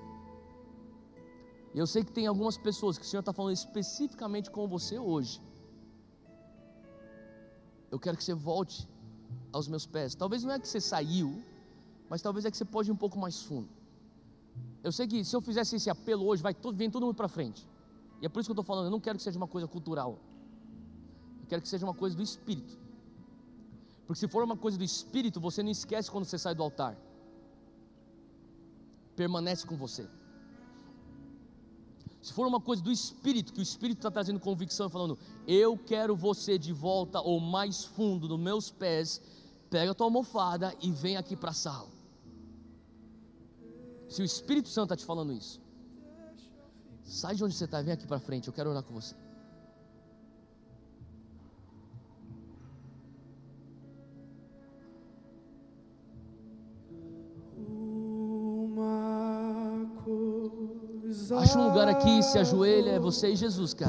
Eu sei que tem algumas pessoas que o Senhor está falando especificamente com você hoje. Eu quero que você volte aos meus pés. Talvez não é que você saiu, mas talvez é que você pode ir um pouco mais fundo. Eu sei que se eu fizesse esse apelo hoje, vai todo, vem todo mundo para frente. E é por isso que eu estou falando, eu não quero que seja uma coisa cultural. Eu quero que seja uma coisa do Espírito. Porque se for uma coisa do Espírito, você não esquece quando você sai do altar. Permanece com você. Se for uma coisa do Espírito, que o Espírito está trazendo convicção, falando, eu quero você de volta ou mais fundo nos meus pés, pega a tua almofada e vem aqui para a sala. Se o Espírito Santo está te falando isso, sai de onde você está, vem aqui para frente, eu quero orar com você. Acha um lugar aqui, se ajoelha, é você e Jesus, cara.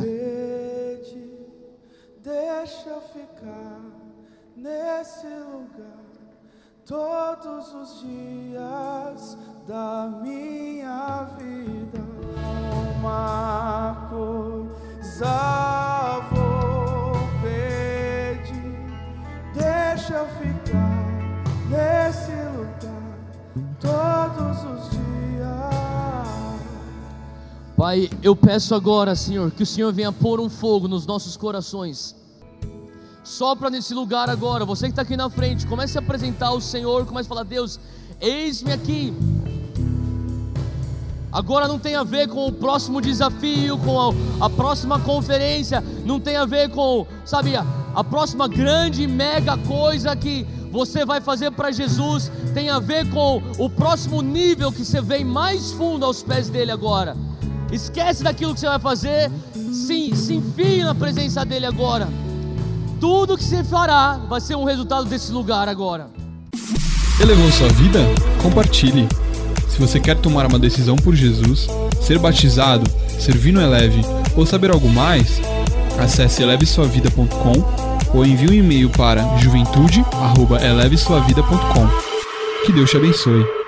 Deixa eu ficar nesse lugar todos os dias da minha vida. Uma coisa vou pedir, deixa eu ficar nesse lugar todos os dias. Pai, eu peço agora, Senhor, que o Senhor venha pôr um fogo nos nossos corações. Sopra nesse lugar agora. Você que está aqui na frente, comece a apresentar o Senhor, comece a falar, Deus, eis-me aqui. Agora não tem a ver com o próximo desafio, com a, a próxima conferência, não tem a ver com, sabe, a, a próxima grande, mega coisa que você vai fazer para Jesus. Tem a ver com o próximo nível que você vem mais fundo aos pés dele agora. Esquece daquilo que você vai fazer. Se, se enfie na presença dele agora. Tudo que você fará vai ser um resultado desse lugar agora. Elevou sua vida? Compartilhe. Se você quer tomar uma decisão por Jesus, ser batizado, servir no Eleve ou saber algo mais, acesse eleve sua vida ponto com ou envie um e-mail para juventude arroba eleve sua vida ponto com. Que Deus te abençoe.